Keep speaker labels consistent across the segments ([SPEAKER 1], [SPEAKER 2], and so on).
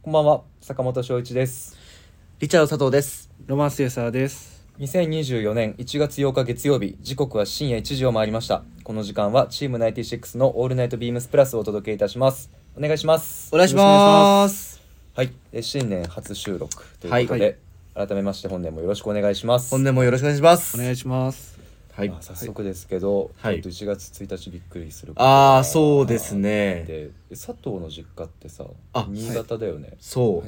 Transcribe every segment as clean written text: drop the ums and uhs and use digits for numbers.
[SPEAKER 1] こんばんは、坂本翔一です。
[SPEAKER 2] リチャード佐藤です。
[SPEAKER 3] ロマンスユーサーです。
[SPEAKER 1] 2024年1月8日月曜日、時刻は深夜1時を回りました。この時間はチーム96のオールナイトビームスプラスをお届けいたします。お願いします。
[SPEAKER 2] お願いします。
[SPEAKER 1] はい、新年初収録ということで、改めまして本年もよろしくお願いします。
[SPEAKER 2] 本年もよろしくお願いします。
[SPEAKER 3] お願いします。
[SPEAKER 2] はい。
[SPEAKER 1] 早速ですけど、
[SPEAKER 2] はい、
[SPEAKER 1] 1月1日びっくりすることが
[SPEAKER 2] そうですね。
[SPEAKER 1] で、佐藤の実家ってさ、新
[SPEAKER 2] 潟
[SPEAKER 1] 潟だよね。
[SPEAKER 2] そう、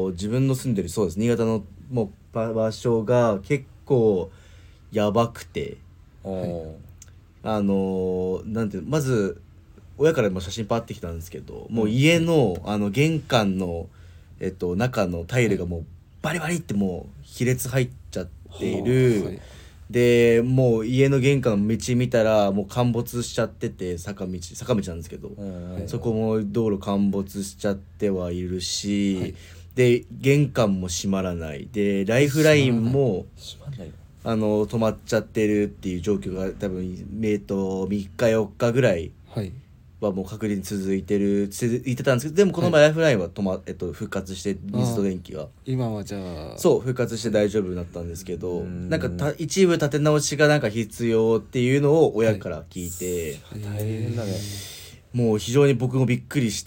[SPEAKER 2] 自分の住んでるそうです新潟のもう場所が結構やばくて、なんていうまず親からも写真パッてきたんですけど、もう家の玄関の中のタイルがもうバリバリってもう亀裂入っちゃっている。でもう家の玄関の道見たらもう陥没しちゃってて、坂道なんですけど、そこも道路陥没しちゃってはいるし、で玄関も閉まらないで、ライフラインも止まっちゃってるっていう状況が多分3日4日ぐらいはもう確実に続いてたんですけど、でもこの前ライフラインは復活して、水と電気が
[SPEAKER 3] 今はじゃあ
[SPEAKER 2] そう復活して大丈夫になったんですけど、なんか一部立て直しがなんか必要っていうのを親から聞いて、
[SPEAKER 1] 大変だね。
[SPEAKER 2] もう非常に僕もびっくりして、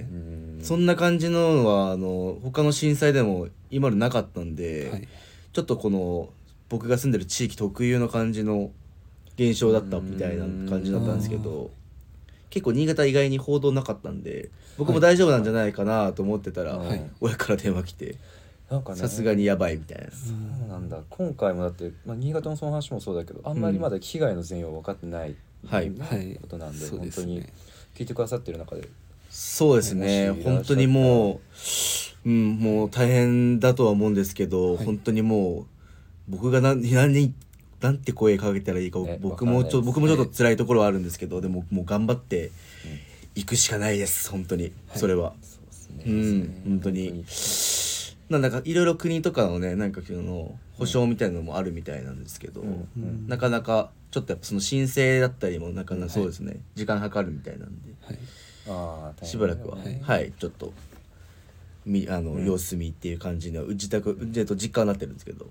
[SPEAKER 2] そんな感じのは他の震災でも今までなかったんで、ちょっとこの僕が住んでる地域特有の感じの現象だったみたいな感じだったんですけど、結構新潟意外に報道なかったんで僕も大丈夫なんじゃないかなと思ってたら、親から電話来て、さすがにやばいみたいな。
[SPEAKER 1] そうなんだ。今回もだって、新潟のその話もそうだけど、あんまりまだ被害の全容は分かってないことなんで、本当に聞いてくださってる中で
[SPEAKER 2] そうですね、本当にもうもう大変だとは思うんですけど、本当にもう僕がなんて声かけたらいいか、僕もちょっと辛いところはあるんですけど、でももう頑張っていくしかないです本当に、それは。本当になんかいろいろ国とかのね、なんか保証みたいなのもあるみたいなんですけど、なかなかちょっとやっぱその申請だったりもなかなかそうですね、時間かかるみたいなんで、しばらくはちょっと様子見っていう感じの実家になってるんですけど、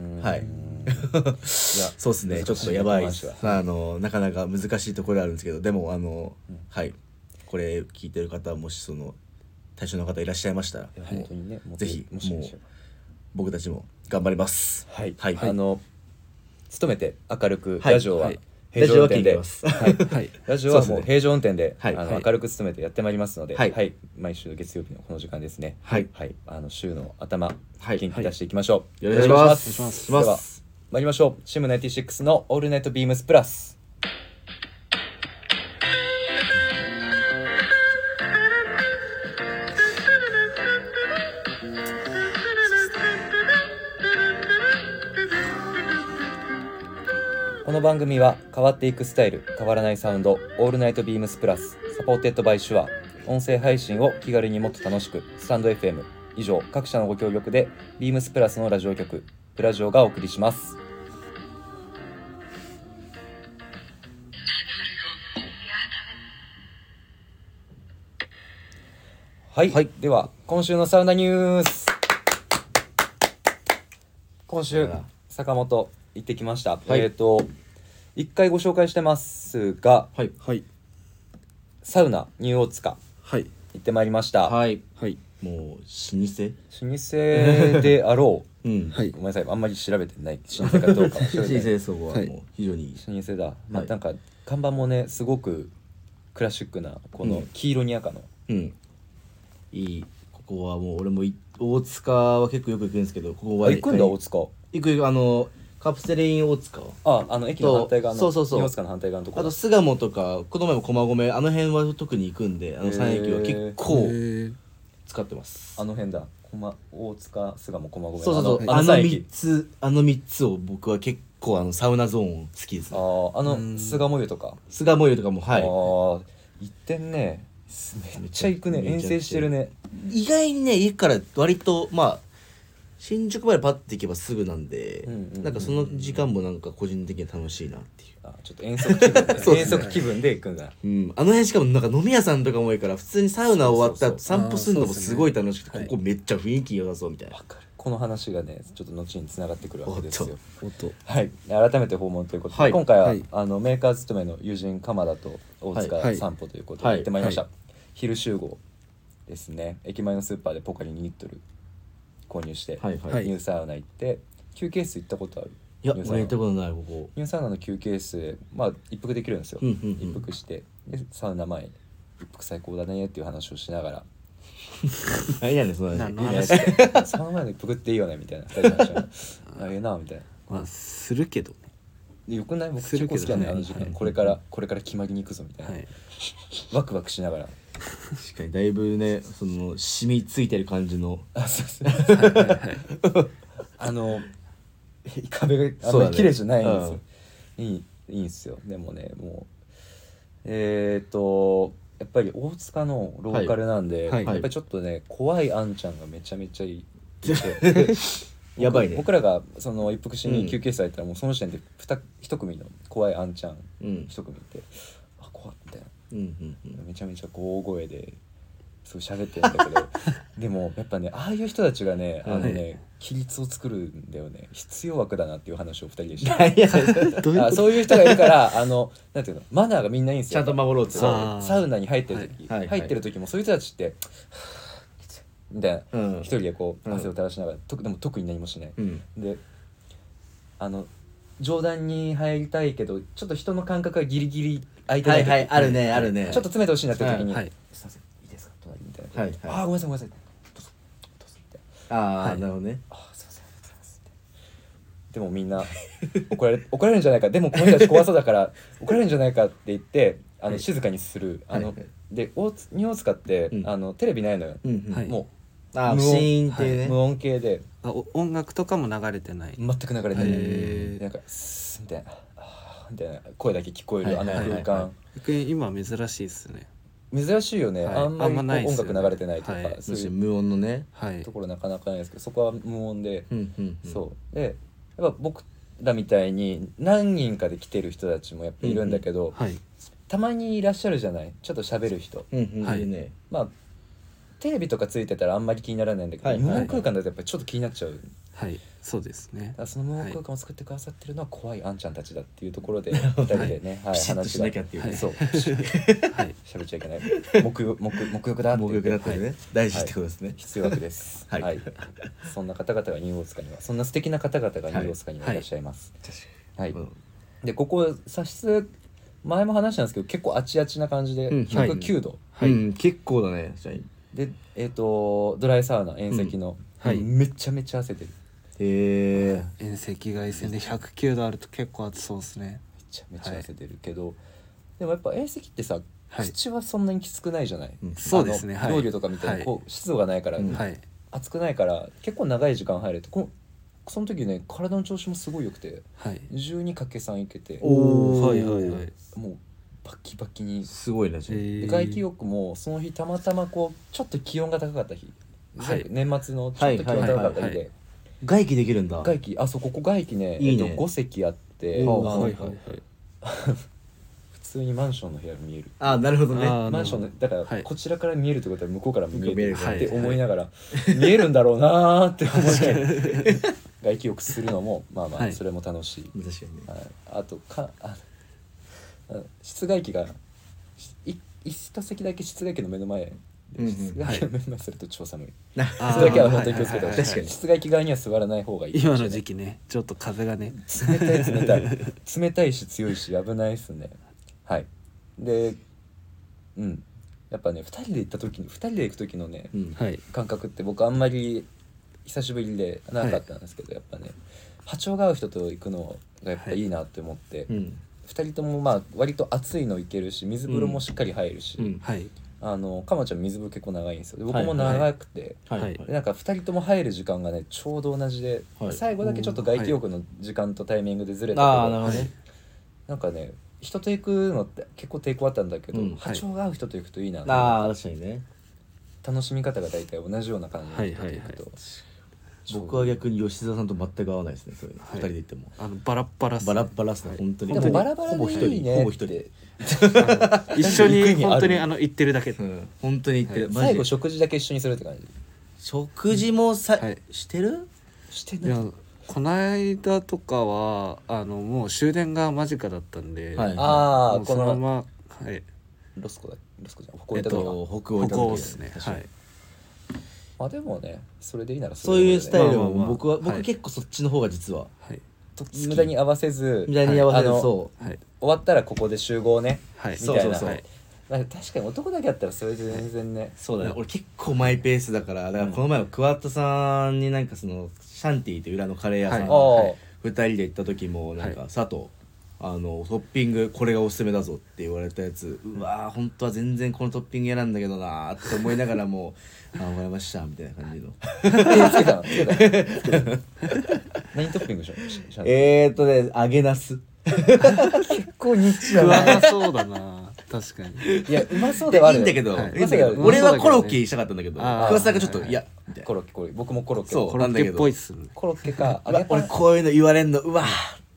[SPEAKER 2] そうですね、ちょっとやばいです。なかなか難しいところあるんですけど、でもこれ聞いてる方はもしその対象の方いらっしゃいましたら、ぜひもう僕たちも頑張ります。
[SPEAKER 1] 努めて明るくラジオは平常運転で、ラジオはもう平常運転で明るく努めてやってまいりますので、毎週月曜日のこの時間ですね、週の頭元気出していきましょう。
[SPEAKER 2] よろしくお願いします。
[SPEAKER 1] では参りましょう。チーム96のオールナイトビームスプラス。この番組は変わっていくスタイル、変わらないサウンド、オールナイトビームスプラス、サポーテッドバイシュア、音声配信を気軽にもっと楽しく、スタンド FM、以上各社のご協力で、ビームスプラスのラジオ局、プラジオがお送りします。では今週のサウナニュース。今週坂本行ってきました。一回ご紹介してますが、サウナニュー大塚行ってまいりました。
[SPEAKER 2] もう老
[SPEAKER 1] 舗であろう。ごめんなさい、あんまり調べてない老舗かどうかは調べてない。
[SPEAKER 2] そこはもう非常にいい
[SPEAKER 1] 老舗だ。なんか看板もねすごくクラシックなこの黄色に赤の、
[SPEAKER 2] いい。ここはもう俺も大塚は結構よく行くんですけど、ここは
[SPEAKER 1] 行くんだ。大塚
[SPEAKER 2] 行くカプセルイン大塚
[SPEAKER 1] 駅の反対側の
[SPEAKER 2] そう
[SPEAKER 1] 大塚の反対側のところ。
[SPEAKER 2] あと巣鴨とかこの前も駒込あの辺は特に行くんで、3駅は結構使ってます。
[SPEAKER 1] あの辺だ。大塚巣鴨駒込。
[SPEAKER 2] そうあの3つを僕は結構サウナゾーン好きですね。
[SPEAKER 1] 巣鴨湯とか
[SPEAKER 2] も
[SPEAKER 1] 行ってんね。めっちゃ行くね。遠征してるね。
[SPEAKER 2] 意外にね、家から割と新宿までパッて行けばすぐなんで、なんかその時間もなんか個人的に楽しいなっていう。
[SPEAKER 1] ちょっと遠足気分で
[SPEAKER 2] そう
[SPEAKER 1] 遠足気分で行くんだ。
[SPEAKER 2] うん、あの辺しかもなんか飲み屋さんとかも多いから普通にサウナ終わった後
[SPEAKER 1] そう
[SPEAKER 2] 散歩するのもすごい楽しくて、
[SPEAKER 3] そうですね
[SPEAKER 2] ここめっちゃ雰囲気良さそうみたいな。
[SPEAKER 1] わかる。この話がねちょっと後に繋がってくるわけですよ。
[SPEAKER 3] おっと
[SPEAKER 1] はい、改めて訪問ということで、
[SPEAKER 2] はい
[SPEAKER 1] 今回は、
[SPEAKER 3] はい
[SPEAKER 1] メーカー勤めの友人鎌田と大塚
[SPEAKER 3] はい
[SPEAKER 1] 散歩ということで
[SPEAKER 2] はい
[SPEAKER 1] 行ってまいりました、
[SPEAKER 3] は
[SPEAKER 1] 昼集合ですね。駅前のスーパーでポカリ2リットル購入して、
[SPEAKER 2] はいはい、
[SPEAKER 3] はい
[SPEAKER 1] ニューサウナ行って休憩室行ったことある？
[SPEAKER 2] いや
[SPEAKER 1] ニューサウナ
[SPEAKER 2] 俺行ったことないここ。
[SPEAKER 1] ニューサウナの休憩室で一服できるんですよ、
[SPEAKER 2] うんうんうん
[SPEAKER 1] 一服してでサウナ前一服最高だねっていう話をしながら
[SPEAKER 2] 何やねんその
[SPEAKER 3] 何の
[SPEAKER 1] いいね
[SPEAKER 3] 話
[SPEAKER 1] サウナ前の一服っていいよねみたいな二人の話をあええなみたいな。
[SPEAKER 3] まあするけどね。
[SPEAKER 1] よくない？僕
[SPEAKER 3] するけど
[SPEAKER 1] 結構好きなんだよ、あの時間、
[SPEAKER 2] はい
[SPEAKER 1] これから決まりに行くぞみたいな、
[SPEAKER 3] はい
[SPEAKER 1] ワクワクしながら
[SPEAKER 2] 確かにだいぶねその染みついてる感じの。
[SPEAKER 1] そうそう
[SPEAKER 3] はいはいはい
[SPEAKER 1] 壁があんまり綺麗じゃないんですよ、いいんですよ。でもねもうやっぱり大塚のローカルなんで、
[SPEAKER 3] はいはい
[SPEAKER 1] やっぱりちょっとね怖いあんちゃんがめちゃめちゃいい
[SPEAKER 2] やばいね
[SPEAKER 1] 僕らがその一服し
[SPEAKER 2] うん
[SPEAKER 1] に休憩室入ったらもうその時点で一組の怖いあんちゃん
[SPEAKER 2] うん
[SPEAKER 1] 一組いて、あ怖っみたいな、
[SPEAKER 2] うんうんうん
[SPEAKER 1] めちゃめちゃ大声ですごい喋ってるんだけどでもやっぱねああいう人たちがね
[SPEAKER 3] はい
[SPEAKER 1] 規律を作るんだよね。必要枠だなっていう話を2人でして
[SPEAKER 2] いや
[SPEAKER 3] どういうこと
[SPEAKER 1] そういう人がいるからなんていうのマナーがみんないいんですよ。
[SPEAKER 2] ちゃんと守ろうって。
[SPEAKER 1] そう
[SPEAKER 3] あー
[SPEAKER 1] サウナに入ってる時、
[SPEAKER 2] はいはい
[SPEAKER 1] 入ってる時もそういう人たちってみたいな、
[SPEAKER 2] うん
[SPEAKER 1] 一人でこう
[SPEAKER 2] うん
[SPEAKER 1] 汗を垂らしながら、でも特に何もしない、
[SPEAKER 2] うん
[SPEAKER 1] で冗談に入りたいけどちょっと人の感覚がギリギリ空いてな時、
[SPEAKER 2] はいいはいあるねあるね。
[SPEAKER 1] ちょっと詰めてほしいなって時に、
[SPEAKER 3] はい
[SPEAKER 1] すいませんいいですか隣みたいな、
[SPEAKER 2] はいはい
[SPEAKER 1] ああごめんなさいごめんなさいどうぞどうぞって
[SPEAKER 2] ああ、
[SPEAKER 3] はい
[SPEAKER 2] なるほどね。
[SPEAKER 1] ああすいませんありがとうございますってでもみんな怒られるんじゃないか、でもこの人たち怖そうだから怒られるんじゃないかって言って
[SPEAKER 2] はい
[SPEAKER 1] 静かにする
[SPEAKER 2] はいはい
[SPEAKER 1] でニュースカって、
[SPEAKER 2] うん
[SPEAKER 1] テレビないのよ、
[SPEAKER 2] うんうん
[SPEAKER 3] はい
[SPEAKER 1] も
[SPEAKER 2] ああシ
[SPEAKER 1] 無音
[SPEAKER 2] ーンっていうね。
[SPEAKER 1] 無音系で
[SPEAKER 3] 音楽とかも流れてない。
[SPEAKER 1] 全く流れてない、
[SPEAKER 3] へー
[SPEAKER 1] なんかスッみたいなみたいな声だけ聞こえる、
[SPEAKER 2] はいはいはいはい
[SPEAKER 1] 空間、
[SPEAKER 3] 逆に今珍しいですね。
[SPEAKER 1] 珍しいよね、
[SPEAKER 3] はい
[SPEAKER 1] あんまり
[SPEAKER 3] あんまないっすよね
[SPEAKER 1] 音楽流れてないとか、
[SPEAKER 3] はい
[SPEAKER 1] そういう
[SPEAKER 2] 無音のね。
[SPEAKER 3] はい
[SPEAKER 1] ところなかなかないですけどそこは無音で、
[SPEAKER 2] うんうんうん。
[SPEAKER 1] そうでやっぱ僕らみたいに何人かで来てる人たちもやっぱいるんだけど、
[SPEAKER 3] はい
[SPEAKER 1] たまにいらっしゃるじゃない、ちょっと喋る人。
[SPEAKER 2] うんうん。
[SPEAKER 3] はい
[SPEAKER 2] いるね。
[SPEAKER 1] まあテレビとかついてたらあんまり気にならないんだけど、
[SPEAKER 2] はい
[SPEAKER 1] 無音空間だとやっぱりちょっと気になっちゃう、
[SPEAKER 3] はいそうですね
[SPEAKER 1] だからその無音空間を作ってくださってるのは怖いあんちゃんたちだっていうところで2人でね、はい、
[SPEAKER 2] ピシッとしなきゃっていうね
[SPEAKER 1] はい、そう
[SPEAKER 3] はい
[SPEAKER 1] 喋っちゃいけない目欲だって
[SPEAKER 2] 目
[SPEAKER 1] 言って
[SPEAKER 2] 標だったりね。大事ってことですね。
[SPEAKER 1] 必要悪です
[SPEAKER 2] はい
[SPEAKER 1] そんな方々がニューオーツカにはそんな素敵な方々がニューオーツカにはいらっしゃいますはい、
[SPEAKER 2] うん
[SPEAKER 1] でここ茶室前も話したんですけど結構あちあちな感じで
[SPEAKER 2] うん
[SPEAKER 1] 109度、
[SPEAKER 3] はい
[SPEAKER 2] うん結構だね。確かに
[SPEAKER 1] でドライサウナ遠赤の、
[SPEAKER 3] はい
[SPEAKER 1] めちゃめちゃ汗出る、
[SPEAKER 2] へえ。
[SPEAKER 3] 遠赤外線で109度あると結構暑そうですね。
[SPEAKER 1] めちゃめちゃ汗出るけど、でもやっぱ遠赤ってさ、
[SPEAKER 3] はい
[SPEAKER 1] 口はそんなにきつくないじゃない、
[SPEAKER 2] うん
[SPEAKER 3] そうですねはい
[SPEAKER 1] ロウリュとかみたいにこう湿度がないから、
[SPEAKER 2] うん
[SPEAKER 3] はい
[SPEAKER 1] 暑くないから結構長い時間入れてその時ね体の調子もすごい良くて
[SPEAKER 3] はい
[SPEAKER 1] 12×3いけて
[SPEAKER 2] おー
[SPEAKER 3] はいはいはい。
[SPEAKER 1] もうバキバキに、
[SPEAKER 2] すごいね。
[SPEAKER 1] で外気浴もその日たまたまこうちょっと気温が高かった日、
[SPEAKER 3] はい
[SPEAKER 1] 年末のちょっと気温が高かった日
[SPEAKER 3] はいはいはいは
[SPEAKER 1] で
[SPEAKER 2] 外気できるんだ。
[SPEAKER 1] 外気そうここ外気ね
[SPEAKER 2] いいね
[SPEAKER 1] 5席あって
[SPEAKER 2] おー
[SPEAKER 1] あの
[SPEAKER 3] はいはいはい。
[SPEAKER 1] 普通にマンションの部屋が見える
[SPEAKER 2] あなるほどね。
[SPEAKER 3] あー
[SPEAKER 1] マンションのだから
[SPEAKER 3] はい
[SPEAKER 1] こちらから見えるってことは向こうからも見える
[SPEAKER 2] 見える
[SPEAKER 1] って
[SPEAKER 3] はい
[SPEAKER 1] 思いながら見えるんだろうなーって思いながら外気浴するのもまあま
[SPEAKER 3] はい
[SPEAKER 1] あそれも楽しい、
[SPEAKER 2] 確かにね。
[SPEAKER 1] はい、あと室外機が一席だけ室外機の目の前で
[SPEAKER 2] うんうん
[SPEAKER 1] 室外機の目の前すると超寒い、
[SPEAKER 3] あー
[SPEAKER 1] 室外機は本当に気をつけてほしい、
[SPEAKER 3] はいはいはい
[SPEAKER 2] 確かに
[SPEAKER 1] 室外機側には座らない方がいい
[SPEAKER 3] 今の時期ねちょっと風がね。
[SPEAKER 1] 冷たい冷たい冷たいし強いし危ないっすね。はいでやっぱね2人で行く時のね、
[SPEAKER 2] うん
[SPEAKER 3] はい
[SPEAKER 1] 感覚って僕あんまり久しぶりでなかったんですけど、やっぱね波長が合う人と行くのがやっぱいいなって思って、
[SPEAKER 2] うん
[SPEAKER 1] 2人ともまあ割と暑いの行けるし水風呂もしっかり入るし、
[SPEAKER 2] うん
[SPEAKER 3] はい
[SPEAKER 1] かまちゃん水風呂結構長いんですよ。で僕も
[SPEAKER 2] はい
[SPEAKER 1] 長くて、
[SPEAKER 3] はい
[SPEAKER 1] でなんか2人とも入る時間がねちょうど同じで、
[SPEAKER 2] はい
[SPEAKER 1] 最後だけちょっと外気浴の時間とタイミングでずれたけど、
[SPEAKER 2] ああなるほどね。
[SPEAKER 1] なんかね人と行くのって結構抵抗あったんだけど、
[SPEAKER 2] うん
[SPEAKER 1] 波長が合う人と行くといいな、
[SPEAKER 2] ああ確かにね。
[SPEAKER 1] 楽しみ方が大体同じような感じの人と行くと、
[SPEAKER 3] はいはいはい
[SPEAKER 2] 僕は逆に吉沢さんと全く合わないですねそういうの、
[SPEAKER 3] はい
[SPEAKER 2] 2人で行っても
[SPEAKER 3] バラッバラっすね
[SPEAKER 2] バラッバラっすね、
[SPEAKER 3] はい
[SPEAKER 2] 本当に
[SPEAKER 1] でもバラバラ
[SPEAKER 2] ほぼ一
[SPEAKER 1] でいいね
[SPEAKER 2] 人ほぼ一人
[SPEAKER 1] って
[SPEAKER 3] 一緒に
[SPEAKER 1] 行く意味ある
[SPEAKER 3] 本当に行ってるだけ
[SPEAKER 2] うん本当に行ってる、マ
[SPEAKER 1] 最
[SPEAKER 2] ジで
[SPEAKER 1] 後食事だけ一緒にするって感じ
[SPEAKER 2] 食事もさ、
[SPEAKER 3] はい
[SPEAKER 2] してる
[SPEAKER 1] してない
[SPEAKER 3] いやこの間とかはもう終電が間近だったんで、
[SPEAKER 2] はい
[SPEAKER 1] ああ
[SPEAKER 3] もうそのま
[SPEAKER 1] この
[SPEAKER 3] まはい
[SPEAKER 1] ロスコじゃんここ行った時か、
[SPEAKER 2] 北欧行った時
[SPEAKER 3] 北欧っすね
[SPEAKER 2] 確かに
[SPEAKER 3] はい
[SPEAKER 1] まあでもねそれでいいなら
[SPEAKER 2] そういうスタイル
[SPEAKER 3] まあまあまあ
[SPEAKER 2] も僕は
[SPEAKER 3] はい
[SPEAKER 2] 僕結構そっちの方が実は
[SPEAKER 3] はい
[SPEAKER 1] 無駄に合わせず
[SPEAKER 2] 無駄に合わせる、
[SPEAKER 1] はい
[SPEAKER 2] そう
[SPEAKER 3] はい
[SPEAKER 1] 終わったらここで集合ね
[SPEAKER 3] はい
[SPEAKER 1] みたいな
[SPEAKER 2] そうそうそう
[SPEAKER 3] はい
[SPEAKER 1] まあ確かに男だけだったらそれで全然ね
[SPEAKER 2] そうだね、俺結構マイペースだからだからこの前は桑田さんになんかそのシャンティーっていう裏のカレー屋さん、
[SPEAKER 3] はい
[SPEAKER 1] あ
[SPEAKER 2] 2人で行った時もなんか、佐藤トッピングこれがおすすめだぞって言われたやつうわー本当は全然このトッピング嫌なんだけどなーって思いながらもあ分かりましたみたいな感じの
[SPEAKER 1] あつけたの何トッピングでしょ
[SPEAKER 2] 揚げナス
[SPEAKER 1] 結構ニッチ
[SPEAKER 3] 食わ
[SPEAKER 1] だな
[SPEAKER 3] なそうだな確かに
[SPEAKER 1] いやうまそうではある
[SPEAKER 2] いいんだけど、
[SPEAKER 3] はい
[SPEAKER 2] いいんだけど
[SPEAKER 1] うまそうだけど
[SPEAKER 2] 俺はコロッケにしたかったんだけど
[SPEAKER 3] あー
[SPEAKER 2] 桑田さんがちょっと、
[SPEAKER 3] はい
[SPEAKER 2] いやみたいな
[SPEAKER 1] コロッケ僕もコロッケ
[SPEAKER 2] そう
[SPEAKER 3] コロッケっぽいっすね
[SPEAKER 1] コロッケか揚
[SPEAKER 2] うわ
[SPEAKER 1] げパン
[SPEAKER 2] 俺こういうの言われんのうわ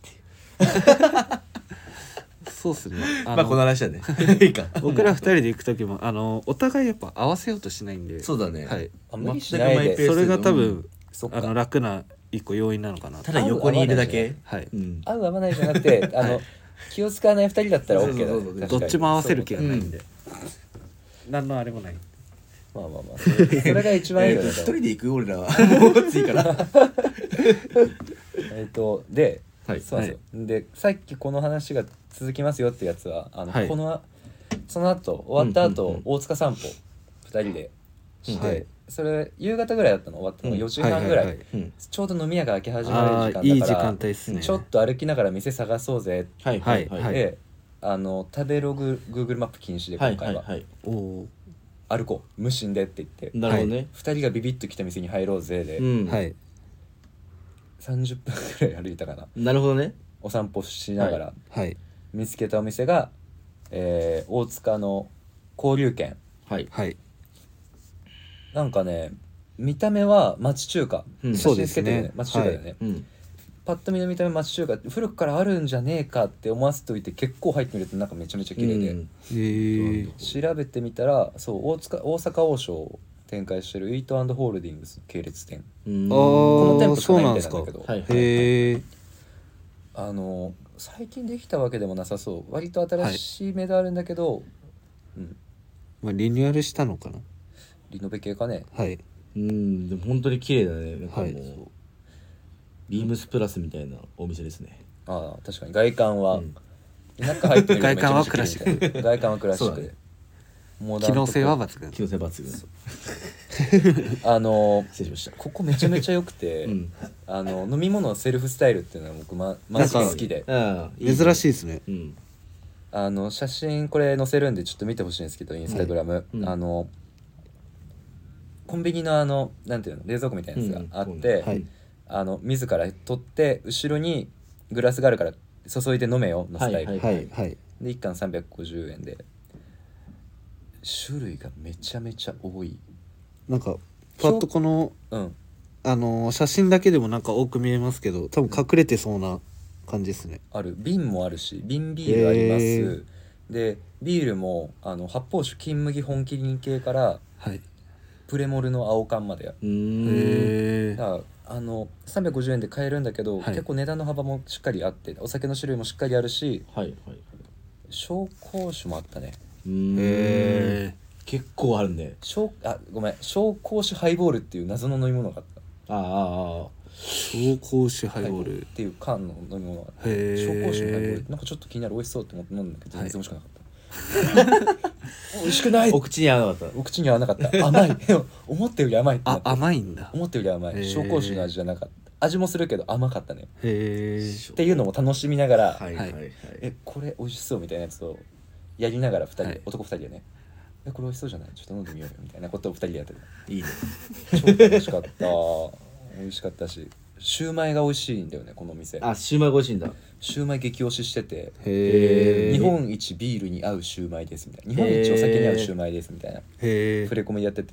[SPEAKER 3] そうっすね
[SPEAKER 2] まあこの話だねいいか
[SPEAKER 3] 僕ら二人で行く時もお互いやっぱ合わせようとしないんで
[SPEAKER 2] そうだね、
[SPEAKER 3] はい
[SPEAKER 1] あ無理しないで
[SPEAKER 2] 全くマイペース
[SPEAKER 3] それが多
[SPEAKER 2] うん
[SPEAKER 3] 分
[SPEAKER 1] そっか
[SPEAKER 3] 楽な一個要因なのかな
[SPEAKER 2] ただ横にいるだけ
[SPEAKER 3] はい
[SPEAKER 2] うん
[SPEAKER 1] 合う合わないじゃなくて気を使わない二人だったら OK だ
[SPEAKER 2] そうそうそう
[SPEAKER 1] ね
[SPEAKER 3] どっちも合わせる気がないん
[SPEAKER 2] う
[SPEAKER 3] で何のあれもない
[SPEAKER 1] まあまあまあそれが一番いいよね
[SPEAKER 2] 一人で行く俺らはもう次から
[SPEAKER 1] で
[SPEAKER 2] はい
[SPEAKER 1] そうなんですよでさっきこの話が続きますよってやつは
[SPEAKER 3] はい
[SPEAKER 1] その後終わった後、
[SPEAKER 2] うんうんうん
[SPEAKER 1] 大塚散歩2人でして、
[SPEAKER 3] はい
[SPEAKER 1] それ夕方ぐらいだったの終わったの
[SPEAKER 2] うん
[SPEAKER 1] 4時半ぐらい、
[SPEAKER 3] はいはいはい
[SPEAKER 2] うん
[SPEAKER 1] ちょうど飲み屋が開け始まる時間だから
[SPEAKER 3] いい時間帯っすね
[SPEAKER 1] ちょっと歩きながら店探そうぜ
[SPEAKER 2] はいはい
[SPEAKER 3] はい
[SPEAKER 1] で、食べログ Google マップ禁止で
[SPEAKER 2] はい
[SPEAKER 1] 今回は、
[SPEAKER 2] はい
[SPEAKER 3] おお
[SPEAKER 1] 歩こう無心でって言って
[SPEAKER 2] なるほどね、
[SPEAKER 1] 2人がビビッと来た店に入ろうぜで、
[SPEAKER 2] うん
[SPEAKER 3] はい
[SPEAKER 1] 30分ぐらい歩いたかな
[SPEAKER 2] なるほどね
[SPEAKER 1] お散歩しながら、
[SPEAKER 3] はい
[SPEAKER 1] 見つけたお店が、大塚の交流軒
[SPEAKER 2] はい
[SPEAKER 3] はい
[SPEAKER 1] なんかね見た目は町中華、
[SPEAKER 2] うん
[SPEAKER 1] 写真つけてるね町中華だよね、
[SPEAKER 2] うん
[SPEAKER 1] パッと見の見た目町中華古くからあるんじゃねえかって思わせておいて結構入ってみるとなんかめちゃめちゃ綺麗で、
[SPEAKER 2] うん
[SPEAKER 3] へえ
[SPEAKER 1] 調べてみたらそう大阪王将を展開してるイート&ホールディングス系列店
[SPEAKER 2] うん
[SPEAKER 3] あ
[SPEAKER 1] この店舗しか
[SPEAKER 3] そう
[SPEAKER 1] ない
[SPEAKER 3] なんですか
[SPEAKER 1] みたいなんだけど、
[SPEAKER 2] はい
[SPEAKER 3] へえ
[SPEAKER 1] 最近できたわけでもなさそう割と新しい目であるんだけど、
[SPEAKER 3] リニューアルしたのかな
[SPEAKER 1] リノベ系かね
[SPEAKER 3] はい
[SPEAKER 2] うんでも本当に綺麗だねなんかもう、
[SPEAKER 3] はい
[SPEAKER 2] ビームスプラスみたいなお店ですね
[SPEAKER 1] ああ確かに外観は、
[SPEAKER 2] うん
[SPEAKER 1] 中入ってみるとめちゃめちゃ
[SPEAKER 3] 外観はクラシック
[SPEAKER 1] 綺麗みたいな外観はクラシックで、
[SPEAKER 2] そうだね
[SPEAKER 1] モダンと
[SPEAKER 3] 機能性は抜群
[SPEAKER 2] 機能性抜群失礼しました
[SPEAKER 1] ここめちゃめちゃ良くて、
[SPEAKER 2] うん
[SPEAKER 1] 飲み物セルフスタイルっていうのは僕マジで好きで
[SPEAKER 3] 珍しいですね
[SPEAKER 2] うん
[SPEAKER 1] 写真これ載せるんでちょっと見てほしいんですけどインスタグラム、
[SPEAKER 2] うん
[SPEAKER 1] コンビニのなんていうの冷蔵庫みたいなやつがあって、
[SPEAKER 3] はい
[SPEAKER 1] 自ら取って後ろにグラスがあるから注いで飲めよのスタイル、
[SPEAKER 2] はい
[SPEAKER 3] はいはい
[SPEAKER 1] で1缶350円で種類がめちゃめちゃ多い
[SPEAKER 3] なんかパッとこの写真だけでもなんか多く見えますけど多分隠れてそうな感じですね
[SPEAKER 1] ある瓶もあるし瓶ビールあります、
[SPEAKER 3] へー
[SPEAKER 1] でビールも発泡酒金麦本麒麟系から
[SPEAKER 3] はい
[SPEAKER 1] プレモルの青缶まで
[SPEAKER 2] うーん
[SPEAKER 3] へえ
[SPEAKER 1] だから350円で買えるんだけど、
[SPEAKER 3] はい
[SPEAKER 1] 結構値段の幅もしっかりあってお酒の種類もしっかりあるし
[SPEAKER 2] はいはいはい
[SPEAKER 1] 紹興酒もあったね
[SPEAKER 2] うーん
[SPEAKER 3] へ
[SPEAKER 2] 結構あるね
[SPEAKER 1] ごめん紹興酒ハイボールっていう謎の飲み物があった
[SPEAKER 2] ああ
[SPEAKER 3] 紹興酒ハイボール
[SPEAKER 1] っていう缶の飲み物があって
[SPEAKER 3] へー
[SPEAKER 1] 紹興酒のハイボールなんかちょっと気になる美味しそうって思って飲んだけど全然美味しくなかった、美味しくない
[SPEAKER 2] お口に合わなかった
[SPEAKER 1] お口に合わなかった甘い思ったより甘いってなって
[SPEAKER 3] 甘いんだ
[SPEAKER 1] 思ったより甘い
[SPEAKER 3] へー
[SPEAKER 1] 紹興酒の味じゃなかった味もするけど甘かったね
[SPEAKER 3] へえ
[SPEAKER 1] っていうのも楽しみながら、
[SPEAKER 2] はいはいはい
[SPEAKER 1] これ美味しそうみたいなやつをやりながら2人、
[SPEAKER 3] はい
[SPEAKER 1] 男2人でねこれ美味しそうじゃないちょっと飲んでみようよみたいなことを2人でやってる
[SPEAKER 2] いいね
[SPEAKER 1] 超美味しかった美味しかったしシューマイが美味しいんだよねこの店
[SPEAKER 2] あシューマイが美味しいんだ
[SPEAKER 1] シューマイ激推ししてて
[SPEAKER 3] へえ
[SPEAKER 1] 日本一ビールに合うシューマイですみたいな日本一お酒に合うシューマイですみたいな
[SPEAKER 3] へえ
[SPEAKER 1] 触れ込みやってて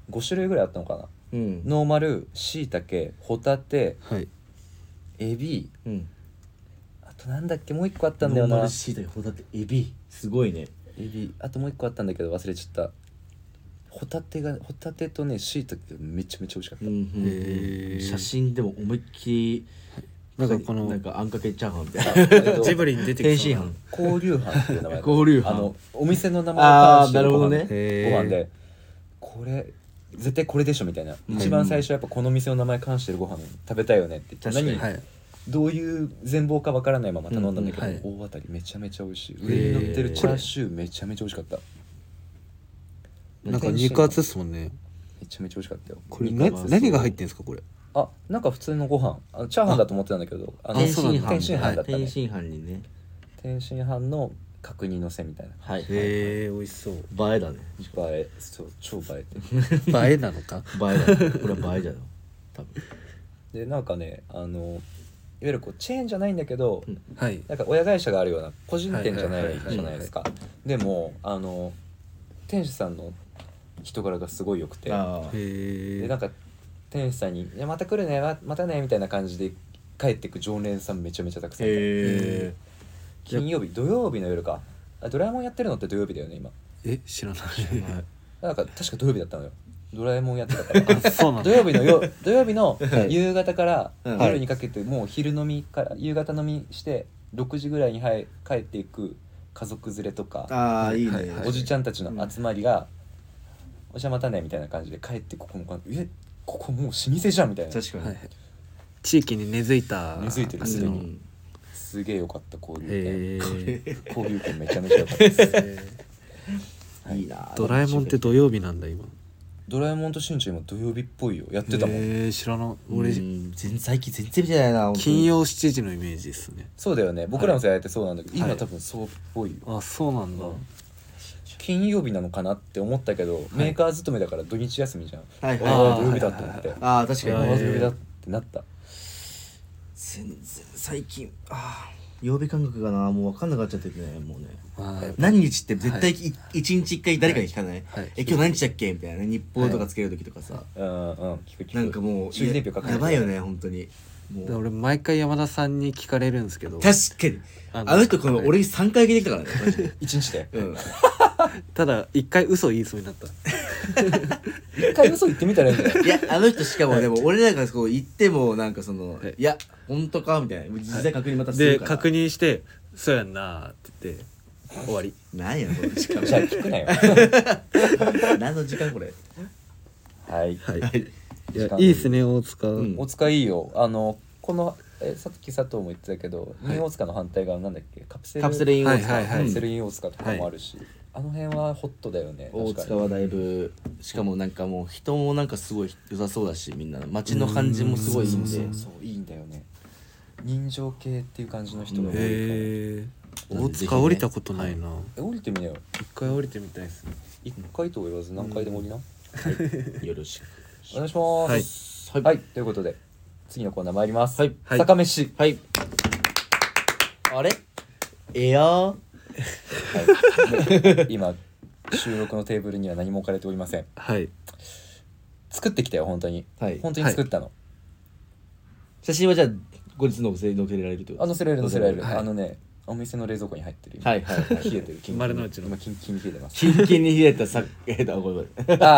[SPEAKER 1] 5種類ぐらいあったのかな。
[SPEAKER 2] うん
[SPEAKER 1] ノーマル、しいたけ、ホタテ、
[SPEAKER 3] はい
[SPEAKER 1] エビ、
[SPEAKER 2] うん
[SPEAKER 1] あとなんだっけ、もう一個あったんだよな。
[SPEAKER 2] ノーマルシータケホタテエビすごいね。
[SPEAKER 1] エビ、あともう一個あったんだけど忘れちゃった。ホタテとね、しいたけがめちゃめちゃ美味しかった。
[SPEAKER 3] へー
[SPEAKER 2] 写真でも思いっきり
[SPEAKER 3] なんかこの
[SPEAKER 2] なんかあんかけチャーハンみたいな
[SPEAKER 3] ジブリに出てきそうな
[SPEAKER 2] 天津
[SPEAKER 1] 交流飯っていう名前
[SPEAKER 2] 交流飯
[SPEAKER 1] お店の名前を冠してるご飯
[SPEAKER 2] あーなるほどね
[SPEAKER 1] ご飯で、これ絶対これでしょみたいな、一番最初やっぱこの店の名前冠してるご飯食べたいよねって言って、
[SPEAKER 2] 確かに
[SPEAKER 3] はい
[SPEAKER 1] どういう全貌かわからないまま頼んだんだけど、
[SPEAKER 3] うんうんはい
[SPEAKER 1] 大当たりめちゃめちゃ美味しい。上に乗ってるチャーシューめちゃめちゃ美味しかった。
[SPEAKER 3] なんか肉厚っすもんね。
[SPEAKER 1] めちゃめちゃ美味しかったよ。
[SPEAKER 3] これ
[SPEAKER 2] 肉厚
[SPEAKER 3] 何が入ってんですかこれ。
[SPEAKER 1] あ、なんか普通のご飯、チャーハンだと思ってたんだけど、
[SPEAKER 2] 天津飯
[SPEAKER 1] 天津飯だったね。
[SPEAKER 2] 天津飯にね
[SPEAKER 1] 天津飯の角煮のせみたいな。
[SPEAKER 2] はいはい
[SPEAKER 3] へえ美味しそう。
[SPEAKER 2] 映えだね
[SPEAKER 1] 映え、そう超映えてる。
[SPEAKER 3] 映えなのか。
[SPEAKER 2] 映えだねこれは映えじゃん多分
[SPEAKER 1] でなんかね、いわゆるこうチェーンじゃないんだけど、
[SPEAKER 3] はい
[SPEAKER 1] なんか親会社があるような個人店じゃない
[SPEAKER 3] はいはいはいはい
[SPEAKER 1] じゃないですか。でも店主さんの人柄がすごい良くて、
[SPEAKER 2] ああ
[SPEAKER 3] へえ
[SPEAKER 1] でなんか店主さんに「いやまた来るね、またね」みたいな感じで帰ってく常連さんめちゃめちゃたくさんいた。
[SPEAKER 2] へ
[SPEAKER 1] 金曜日土曜日の夜か、ドラえもんやってるのって土曜日だよね今。
[SPEAKER 3] え知らない。
[SPEAKER 2] え
[SPEAKER 1] なんか確か土曜日だったのよ、ドラえもんやってたから
[SPEAKER 3] あそうなんだ。
[SPEAKER 1] 土曜日の
[SPEAKER 2] はい
[SPEAKER 1] 夕方から
[SPEAKER 2] うん
[SPEAKER 1] 夜にかけてもう昼飲みから夕方飲みして6時ぐらいに帰っていく家族連れとか
[SPEAKER 2] ああいいね
[SPEAKER 3] はいはい
[SPEAKER 1] おじちゃんたちの集まりが「おじゃまたね」みたいな感じで帰ってここもう老舗じゃんみたいな。
[SPEAKER 2] 確かに
[SPEAKER 3] はい地域に根付いた
[SPEAKER 1] 根付いてる
[SPEAKER 3] 感じの
[SPEAKER 1] すでにすげえよかった交流
[SPEAKER 3] へ
[SPEAKER 1] 券。
[SPEAKER 3] え
[SPEAKER 1] 交流券めちゃめちゃ良かったです
[SPEAKER 2] いいな
[SPEAKER 3] ドラえもんって土曜日なんだ今。
[SPEAKER 1] ドラえもんとしんちゃん今土曜日っぽいよ、やってたもん。
[SPEAKER 3] 知らない。
[SPEAKER 2] 俺
[SPEAKER 3] 俺
[SPEAKER 2] 最近全然見てないな本当に
[SPEAKER 3] 金曜7時のイメージですね。
[SPEAKER 1] そうだよね、僕らの世代ってそうなんだけど、
[SPEAKER 3] はい
[SPEAKER 1] 今多分そうっぽいよ。
[SPEAKER 3] あそうなんだ。
[SPEAKER 1] 金曜日なのかなって思ったけど、メーカー勤めだから土日休みじゃん。
[SPEAKER 2] はい
[SPEAKER 1] あ
[SPEAKER 2] はい
[SPEAKER 1] あ土曜日だと思って、
[SPEAKER 2] ああ確かに
[SPEAKER 1] ああ
[SPEAKER 3] はい
[SPEAKER 1] 土曜日だってなった。
[SPEAKER 2] 全然最近曜日感覚がなもう分かんなくなっちゃっててねもうね
[SPEAKER 3] はい
[SPEAKER 2] 何日って絶対一日一回誰かに聞かない
[SPEAKER 3] はい
[SPEAKER 2] 今日何日だっけみたいな日報とかつける時とかさ
[SPEAKER 1] うん聞く
[SPEAKER 2] なんかもう
[SPEAKER 1] 習字年表書かないと
[SPEAKER 2] やばいよね本当にもう
[SPEAKER 3] で俺毎回山田さんに聞かれるんですけど、
[SPEAKER 2] 確かに
[SPEAKER 3] あ
[SPEAKER 2] あの人この
[SPEAKER 3] はい
[SPEAKER 2] 俺に3回聞いてきたからねマジで
[SPEAKER 1] 一日で
[SPEAKER 2] うん
[SPEAKER 3] ただ一回嘘言いそうになった。
[SPEAKER 1] 一回嘘言ってみたらいいんだよ。
[SPEAKER 2] いやあの人しかもでも俺らがこう言ってもなんかその
[SPEAKER 3] はい
[SPEAKER 2] いや本当かみたいな実際確認またす
[SPEAKER 3] で
[SPEAKER 2] るから
[SPEAKER 3] 確認して「そうやんな」って言って終わり。
[SPEAKER 2] なんやこの時間
[SPEAKER 1] じゃあ聞くなよ。
[SPEAKER 2] 何の時間これ
[SPEAKER 1] はい、
[SPEAKER 3] はい
[SPEAKER 2] はい
[SPEAKER 3] いやいいっすね大塚、
[SPEAKER 2] うん
[SPEAKER 1] お使いいいよ。このさっき佐藤も言ってたけど、
[SPEAKER 3] はい
[SPEAKER 1] ニン大塚の反対側なんだっけ、カプセル
[SPEAKER 2] イン大塚
[SPEAKER 3] はいはいはい
[SPEAKER 1] カプセルイン大塚とかもあるし、あの辺はホットだよね。
[SPEAKER 2] 大
[SPEAKER 1] 確かに
[SPEAKER 2] 塚はだいぶしかもなんかもう人もなんかすごい良さそうだしみんな街の感じもすごいいいんで
[SPEAKER 1] そういいんだよね。人情系っていう感じの人が多いから。
[SPEAKER 3] へえ大
[SPEAKER 2] なんでぜひね
[SPEAKER 3] 塚降りたことないな、
[SPEAKER 1] 降りてみなよ。
[SPEAKER 3] 一回降りてみたいですね。
[SPEAKER 1] 一回とは言わず何回でも降りな。
[SPEAKER 2] よろしく
[SPEAKER 1] お願いします。
[SPEAKER 2] はい
[SPEAKER 1] はい、ということで次のコーナー参ります。
[SPEAKER 2] はい
[SPEAKER 3] はい
[SPEAKER 1] 坂飯。
[SPEAKER 2] はいあれエアー
[SPEAKER 1] はい、今収録のテーブルには何も置かれておりません。
[SPEAKER 3] はい
[SPEAKER 1] 作ってきたよ本当に。
[SPEAKER 2] はい
[SPEAKER 1] 本当に作ったの。
[SPEAKER 2] 写真はじゃあ後日載せられるってこと
[SPEAKER 1] 載せられる載せられる。
[SPEAKER 3] はい
[SPEAKER 1] お店の冷蔵庫に入ってる。
[SPEAKER 2] はいはいはい
[SPEAKER 1] 冷えてる。キンキン
[SPEAKER 3] 丸の内の
[SPEAKER 1] 今キンキンに冷えてます。
[SPEAKER 2] キンキンに冷えたさごめんごめん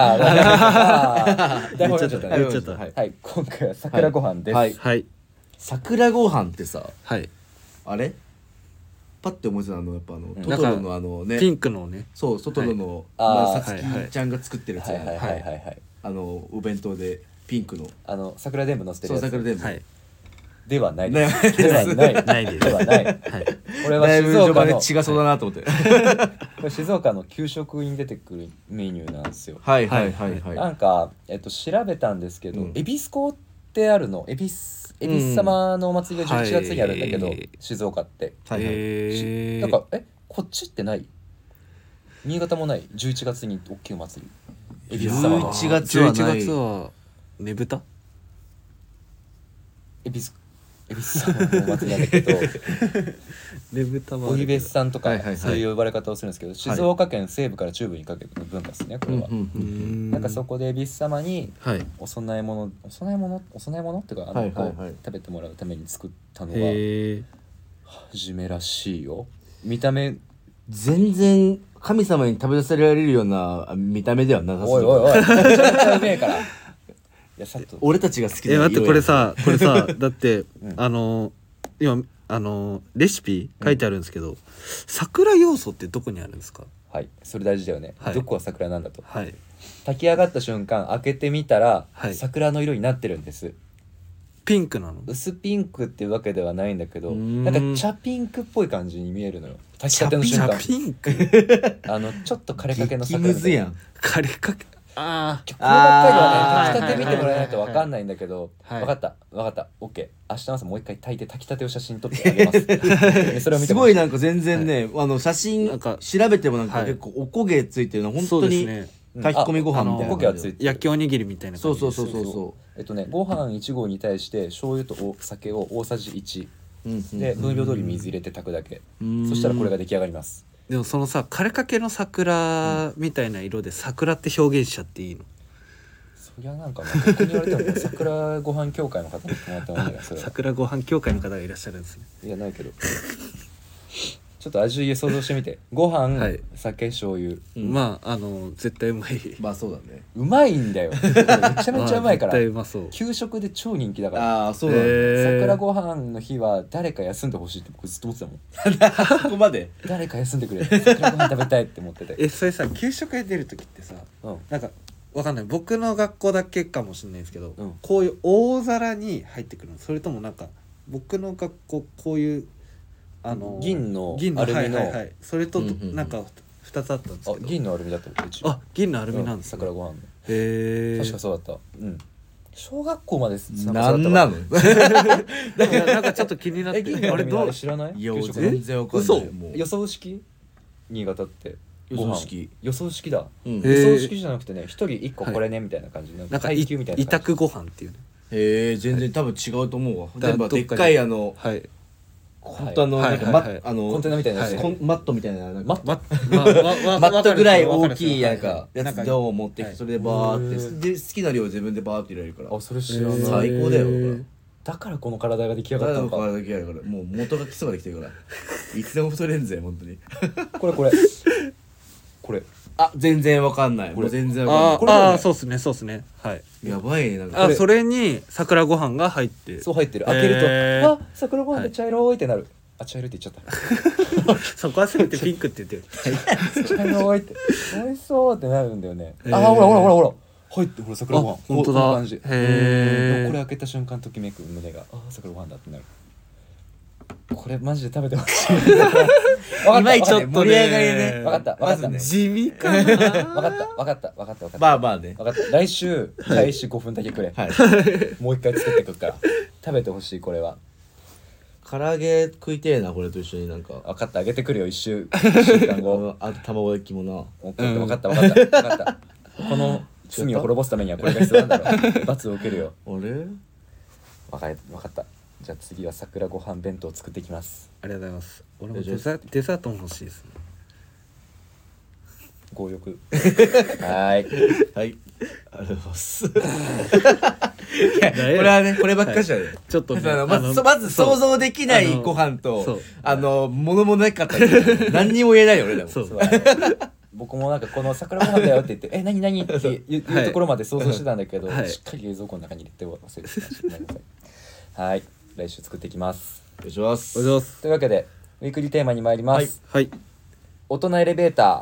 [SPEAKER 1] ああ、台本読んじゃったね。
[SPEAKER 3] 言っちゃった
[SPEAKER 1] はい、今回は桜ご飯です。
[SPEAKER 2] はい
[SPEAKER 3] はい
[SPEAKER 2] 桜ご飯ってさ
[SPEAKER 3] はい
[SPEAKER 2] あれパッて思いついたやっぱト
[SPEAKER 3] なんか
[SPEAKER 2] トロのね
[SPEAKER 3] ピンクのね
[SPEAKER 2] そうトトロの
[SPEAKER 1] あー
[SPEAKER 2] さつきちゃんが作ってるやつ
[SPEAKER 1] はいはいはいはいはい。
[SPEAKER 2] お弁当でピンクの
[SPEAKER 1] 桜でんぶ乗せてるやつ
[SPEAKER 2] そう桜でんぶ
[SPEAKER 3] はい
[SPEAKER 1] ではない
[SPEAKER 2] ね
[SPEAKER 1] です。ではない。
[SPEAKER 3] ないです
[SPEAKER 1] ではない。
[SPEAKER 3] はい
[SPEAKER 1] これは
[SPEAKER 2] だいぶ
[SPEAKER 1] 静岡の
[SPEAKER 2] 序盤で違そうだなと思って
[SPEAKER 1] これ静岡の給食に出てくるメニューなんですよ。
[SPEAKER 2] はいはいはいは
[SPEAKER 1] ないんか調べたんですけど、
[SPEAKER 2] うん
[SPEAKER 1] 恵比寿港ってあるの。恵比寿様のお祭りが11月にあるんだけど、
[SPEAKER 3] はい
[SPEAKER 1] 静岡って。
[SPEAKER 2] はいはい
[SPEAKER 3] へえ
[SPEAKER 1] なんかこっちってない？新潟もない11月に大きいお祭り。恵比寿様の
[SPEAKER 2] 11月はない
[SPEAKER 3] 11月はねぶた
[SPEAKER 1] 恵比寿恵比寿様のお祭りなんだけど
[SPEAKER 3] ねぶたは
[SPEAKER 1] おひべさんとか、
[SPEAKER 2] はいはいはい
[SPEAKER 1] そういう呼ばれ方をするんですけど、静岡県西部から中部にかけての文化ですねこれは、なんかそこで恵比寿様に
[SPEAKER 3] はい
[SPEAKER 1] お供え物っていうか
[SPEAKER 2] はいはいはい
[SPEAKER 1] 食べてもらうために作ったのが
[SPEAKER 3] へえ
[SPEAKER 1] 初めらしいよ。見た目
[SPEAKER 2] 全然神様に食べさせられるような見た目ではなさそう。
[SPEAKER 1] おいおいおいめちゃめちゃうめえからいやさっと
[SPEAKER 2] 俺たちが好きな
[SPEAKER 3] 待ってこれさだって
[SPEAKER 1] ん
[SPEAKER 3] 今レシピ書いてあるんですけど、桜要素ってどこにあるんですか？
[SPEAKER 1] はいそれ大事だよね、
[SPEAKER 3] はい
[SPEAKER 1] どこが桜なんだと
[SPEAKER 3] はい
[SPEAKER 1] 炊き上がった瞬間開けてみたら、
[SPEAKER 3] はい
[SPEAKER 1] 桜の色になってるんです。
[SPEAKER 3] ピンクなの？
[SPEAKER 1] 薄ピンクっていうわけではないんだけど
[SPEAKER 2] ん
[SPEAKER 1] なんか茶ピンクっぽい感じに見えるのよ炊きたての瞬間
[SPEAKER 3] ピンク
[SPEAKER 1] ちょっと枯れかけの
[SPEAKER 2] 激
[SPEAKER 1] 桜
[SPEAKER 2] ムズやん。
[SPEAKER 3] 枯れかけあ
[SPEAKER 1] こればっかりは
[SPEAKER 3] あー
[SPEAKER 1] ね炊きたて見てもらえないと分かんないんだけど、
[SPEAKER 3] はい
[SPEAKER 1] 分かった OK 明日の朝もう一回炊いて炊きたてを写真撮ってあげますでそれを見て
[SPEAKER 2] すごいなんか全然ね、写真
[SPEAKER 3] なんか
[SPEAKER 2] 調べてもなんか
[SPEAKER 3] はい
[SPEAKER 2] 結構おこげついてるの本
[SPEAKER 3] そう
[SPEAKER 2] 当に
[SPEAKER 3] ですね
[SPEAKER 2] 炊き込みご飯みたいな
[SPEAKER 1] おこげはついてる
[SPEAKER 3] 焼きおにぎりみたいな
[SPEAKER 2] そう
[SPEAKER 3] 感じ
[SPEAKER 2] そうそうそうそ
[SPEAKER 1] ご飯1合に対して醤油とお酒を大さじ1
[SPEAKER 2] う。
[SPEAKER 1] で分量通り水入れて炊くだけ、
[SPEAKER 2] うん
[SPEAKER 1] そしたらこれが出来上がります。
[SPEAKER 3] でもそのさ枯れかけの桜みたいな色で桜って表現しちゃっていいの？
[SPEAKER 1] そりゃなんかここに言われても桜ご飯協会の方に決まってもらうからそれは
[SPEAKER 3] 桜ご飯協会の方がいらっしゃるんですね。
[SPEAKER 1] いやないけどちょっと味想像してみてご飯、
[SPEAKER 3] はい
[SPEAKER 1] 酒醤油
[SPEAKER 2] うん
[SPEAKER 3] まあ絶対うまい。
[SPEAKER 2] まあそうだね。
[SPEAKER 1] うまいんだよめちゃめちゃうまいから、
[SPEAKER 3] 絶対うまそう。
[SPEAKER 1] 給食で超人気だから
[SPEAKER 2] ああそうなんだ。
[SPEAKER 1] 桜ご飯の日は誰か休んでほしいって僕ずっと思ってたもん
[SPEAKER 2] そこまで。
[SPEAKER 1] 誰か休んでくれ桜ご飯食べたいって思ってて
[SPEAKER 3] それさ給食で出る時ってさ
[SPEAKER 1] うん
[SPEAKER 3] なんかわかんない僕の学校だけかもしれないですけど、
[SPEAKER 1] うん
[SPEAKER 3] こういう大皿に入ってくるのそれともなんか僕の学校こういう
[SPEAKER 1] 銀の
[SPEAKER 3] 銀の
[SPEAKER 1] アルミの
[SPEAKER 3] はいはいはい、それと
[SPEAKER 2] うんうんうん
[SPEAKER 3] なんか2つあったんですけど
[SPEAKER 1] 銀のアルミだったうち
[SPEAKER 3] 銀のアルミなんですね、
[SPEAKER 1] 桜ご飯の
[SPEAKER 3] へえ
[SPEAKER 1] 確かそうだった小学校まで
[SPEAKER 2] なんなの？
[SPEAKER 3] なんかちょっと気になって
[SPEAKER 1] 銀のアルミのあれ知らない
[SPEAKER 2] いや
[SPEAKER 1] 給食
[SPEAKER 2] 全然わかんない。
[SPEAKER 3] 嘘
[SPEAKER 2] もう
[SPEAKER 1] 予想式新潟って
[SPEAKER 2] 予想式
[SPEAKER 1] 予想式だ
[SPEAKER 2] うん
[SPEAKER 3] へー
[SPEAKER 1] 予想式じゃなくてね一人一個これねみたいな感じ
[SPEAKER 3] なんか
[SPEAKER 1] 配給みたいな
[SPEAKER 3] 委託ご飯っていうね
[SPEAKER 2] へえ全然多分違うと思うわ。
[SPEAKER 3] だ
[SPEAKER 2] 例えばでっか
[SPEAKER 3] どっ
[SPEAKER 2] い
[SPEAKER 3] はい
[SPEAKER 2] 本当なんか
[SPEAKER 3] はいはい
[SPEAKER 1] コンテナみたいなやつ
[SPEAKER 3] はい
[SPEAKER 2] マットみたいななんか
[SPEAKER 1] マッ
[SPEAKER 2] マットぐらい大きいなんかや
[SPEAKER 3] なんか
[SPEAKER 2] つを持ってき
[SPEAKER 3] はい
[SPEAKER 2] てそれでバー
[SPEAKER 1] へ
[SPEAKER 2] ってで好きな量自分でバーって入れるから
[SPEAKER 1] あそれ知らない
[SPEAKER 2] 最高だよ
[SPEAKER 1] だからこの体が出来上が
[SPEAKER 2] だ
[SPEAKER 1] ったのか
[SPEAKER 2] から体だけやからもう元が基礎ができてるからいつでも太れんぜ本当に
[SPEAKER 1] これ
[SPEAKER 2] あ全然わかんないもう全然わかん
[SPEAKER 3] ああそうっすねそうっすねはい
[SPEAKER 2] ないやばいねなんか
[SPEAKER 3] それに桜ご飯が入って
[SPEAKER 1] そう入ってる開ける
[SPEAKER 3] へー
[SPEAKER 1] とあ桜ご飯で茶色いってなるあ茶色いって言っちゃった
[SPEAKER 3] そこはせめてピンクって言ってる
[SPEAKER 1] 茶色いって美味しそうってなるんだよね
[SPEAKER 3] へー
[SPEAKER 1] あほら入ってほら桜ご飯
[SPEAKER 3] 本当だ
[SPEAKER 1] こんな感じ
[SPEAKER 3] へー
[SPEAKER 1] これ開けた瞬間ときめく胸が桜ご飯だってなるこれマジで食べてほしい分かった
[SPEAKER 2] いまいちょっとね
[SPEAKER 1] 盛り上がりね分かった
[SPEAKER 2] まずね
[SPEAKER 3] 地味かな
[SPEAKER 1] 分かった
[SPEAKER 2] まあまあね
[SPEAKER 1] 分かった来週開始5分だけくれ
[SPEAKER 2] はい
[SPEAKER 1] もう一回作ってくっから食べてほしいこれは
[SPEAKER 2] 唐揚げ食いてえなこれと一緒になんか
[SPEAKER 1] 分かったあげてくるよ1週間後
[SPEAKER 2] あと卵焼きもな
[SPEAKER 1] 分かったこの罪を滅ぼすためにはこれが必要なんだろう罰を受けるよ
[SPEAKER 2] あれ
[SPEAKER 1] 分かったじゃあ次は桜ご飯弁当を作っていきます
[SPEAKER 3] ありがとうございます俺もデザートも欲しいですね
[SPEAKER 1] 強欲はーい
[SPEAKER 2] はいありがとうございますいやこれはねこればっかしはね
[SPEAKER 3] ちょっとね
[SPEAKER 2] まず想像できないご飯
[SPEAKER 3] そう
[SPEAKER 2] と物もなかったり何にも言えないよ俺でも
[SPEAKER 3] そう
[SPEAKER 1] そうだね僕もなんかこの桜ご飯だよって言って何って言うところまで想像してたんだけど、
[SPEAKER 3] はい
[SPEAKER 1] しっかり冷蔵庫の中に入れて忘れてたごめんなさいはい来週作っていきます
[SPEAKER 2] お願いします
[SPEAKER 3] お願いします
[SPEAKER 1] というわけでウィークリーテーマに参ります、
[SPEAKER 3] はい
[SPEAKER 1] 大人エレベータ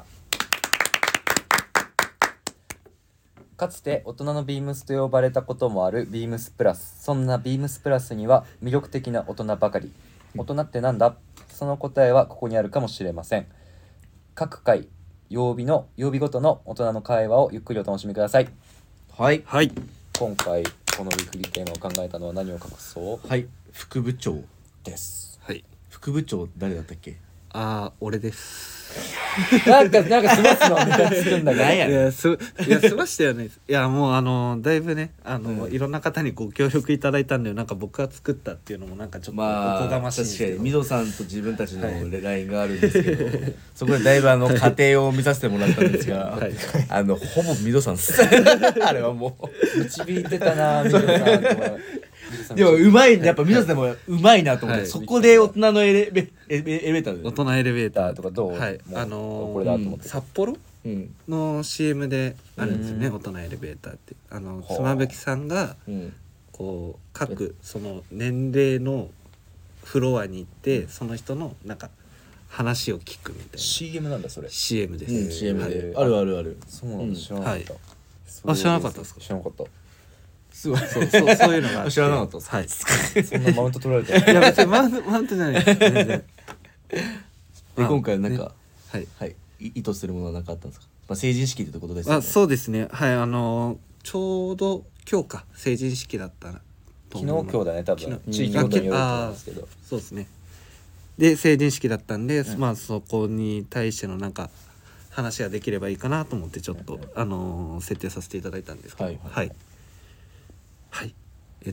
[SPEAKER 1] ーかつて大人のビームスと呼ばれたこともあるビームスプラスそんなビームスプラスには魅力的な大人ばかり大人ってなんだその答えはここにあるかもしれません各回曜日ごとの大人の会話をゆっくりお楽しみください
[SPEAKER 2] はい
[SPEAKER 3] はい
[SPEAKER 1] 今回このウィークリーテーマを考えたのは何を隠そう
[SPEAKER 2] はい副部長
[SPEAKER 1] です
[SPEAKER 3] はい
[SPEAKER 2] 副部長誰だったっけ
[SPEAKER 3] 俺です
[SPEAKER 1] なんか済ますのネタ作るんだけど
[SPEAKER 2] なんやねん
[SPEAKER 3] いや済ましたよね。いやもうだいぶねいろんな方にご協力いただいたんで、なんか僕が作ったっていうのもなんかちょっとお
[SPEAKER 2] まあ
[SPEAKER 3] こがましいんですけど、
[SPEAKER 2] 確かにミドさんと自分たちのラインがあるんですけど、そこでだいぶ家庭を見させてもらったんですが、
[SPEAKER 3] はい
[SPEAKER 2] ほぼミドさんっすあれはもう
[SPEAKER 1] 導いてたなミドさんとか
[SPEAKER 2] でもうまいね、やっぱミドさんもうまいなと思って、
[SPEAKER 3] はい
[SPEAKER 2] そこで大人のエレベーターで
[SPEAKER 3] 大人エレベーター
[SPEAKER 1] とかどう、
[SPEAKER 3] はい
[SPEAKER 1] もうこれだと思って、
[SPEAKER 3] 札幌
[SPEAKER 2] うん
[SPEAKER 3] の CM であるんですよね、
[SPEAKER 1] うん
[SPEAKER 3] 大人エレベーターって
[SPEAKER 1] あ
[SPEAKER 3] 妻夫木さんが
[SPEAKER 2] うん
[SPEAKER 3] こう各その年齢のフロアに行ってその人のなんか話を聞くみたいな
[SPEAKER 1] CM なんだそれ。
[SPEAKER 3] CM です、
[SPEAKER 2] うん CM
[SPEAKER 3] はい
[SPEAKER 2] であるあるある
[SPEAKER 1] そうなんだ、知らなかった、
[SPEAKER 3] はい
[SPEAKER 1] そう
[SPEAKER 3] あ知らなかったですか
[SPEAKER 1] 知らなかった。
[SPEAKER 2] すごい
[SPEAKER 3] そういうのがあって
[SPEAKER 2] 知らなかったです
[SPEAKER 3] はい
[SPEAKER 1] そんなマウント取られて
[SPEAKER 3] いや別にマウントじゃないです全然
[SPEAKER 2] で今回なんか
[SPEAKER 3] はい
[SPEAKER 2] はい意図するものは何かあったんですか、まあ、成人式ってことですよね。
[SPEAKER 3] そうですねはいちょうど今日か成人式だったなと
[SPEAKER 1] 昨日
[SPEAKER 3] 思う
[SPEAKER 1] 今日だね多分
[SPEAKER 3] 昨日
[SPEAKER 1] 地域ごとによると思うんですけど、
[SPEAKER 3] そうですねで成人式だったんで、まあそこに対してのなんか話ができればいいかなと思ってちょっと、設定させていただいたんですけど
[SPEAKER 2] はい
[SPEAKER 3] はい、はいい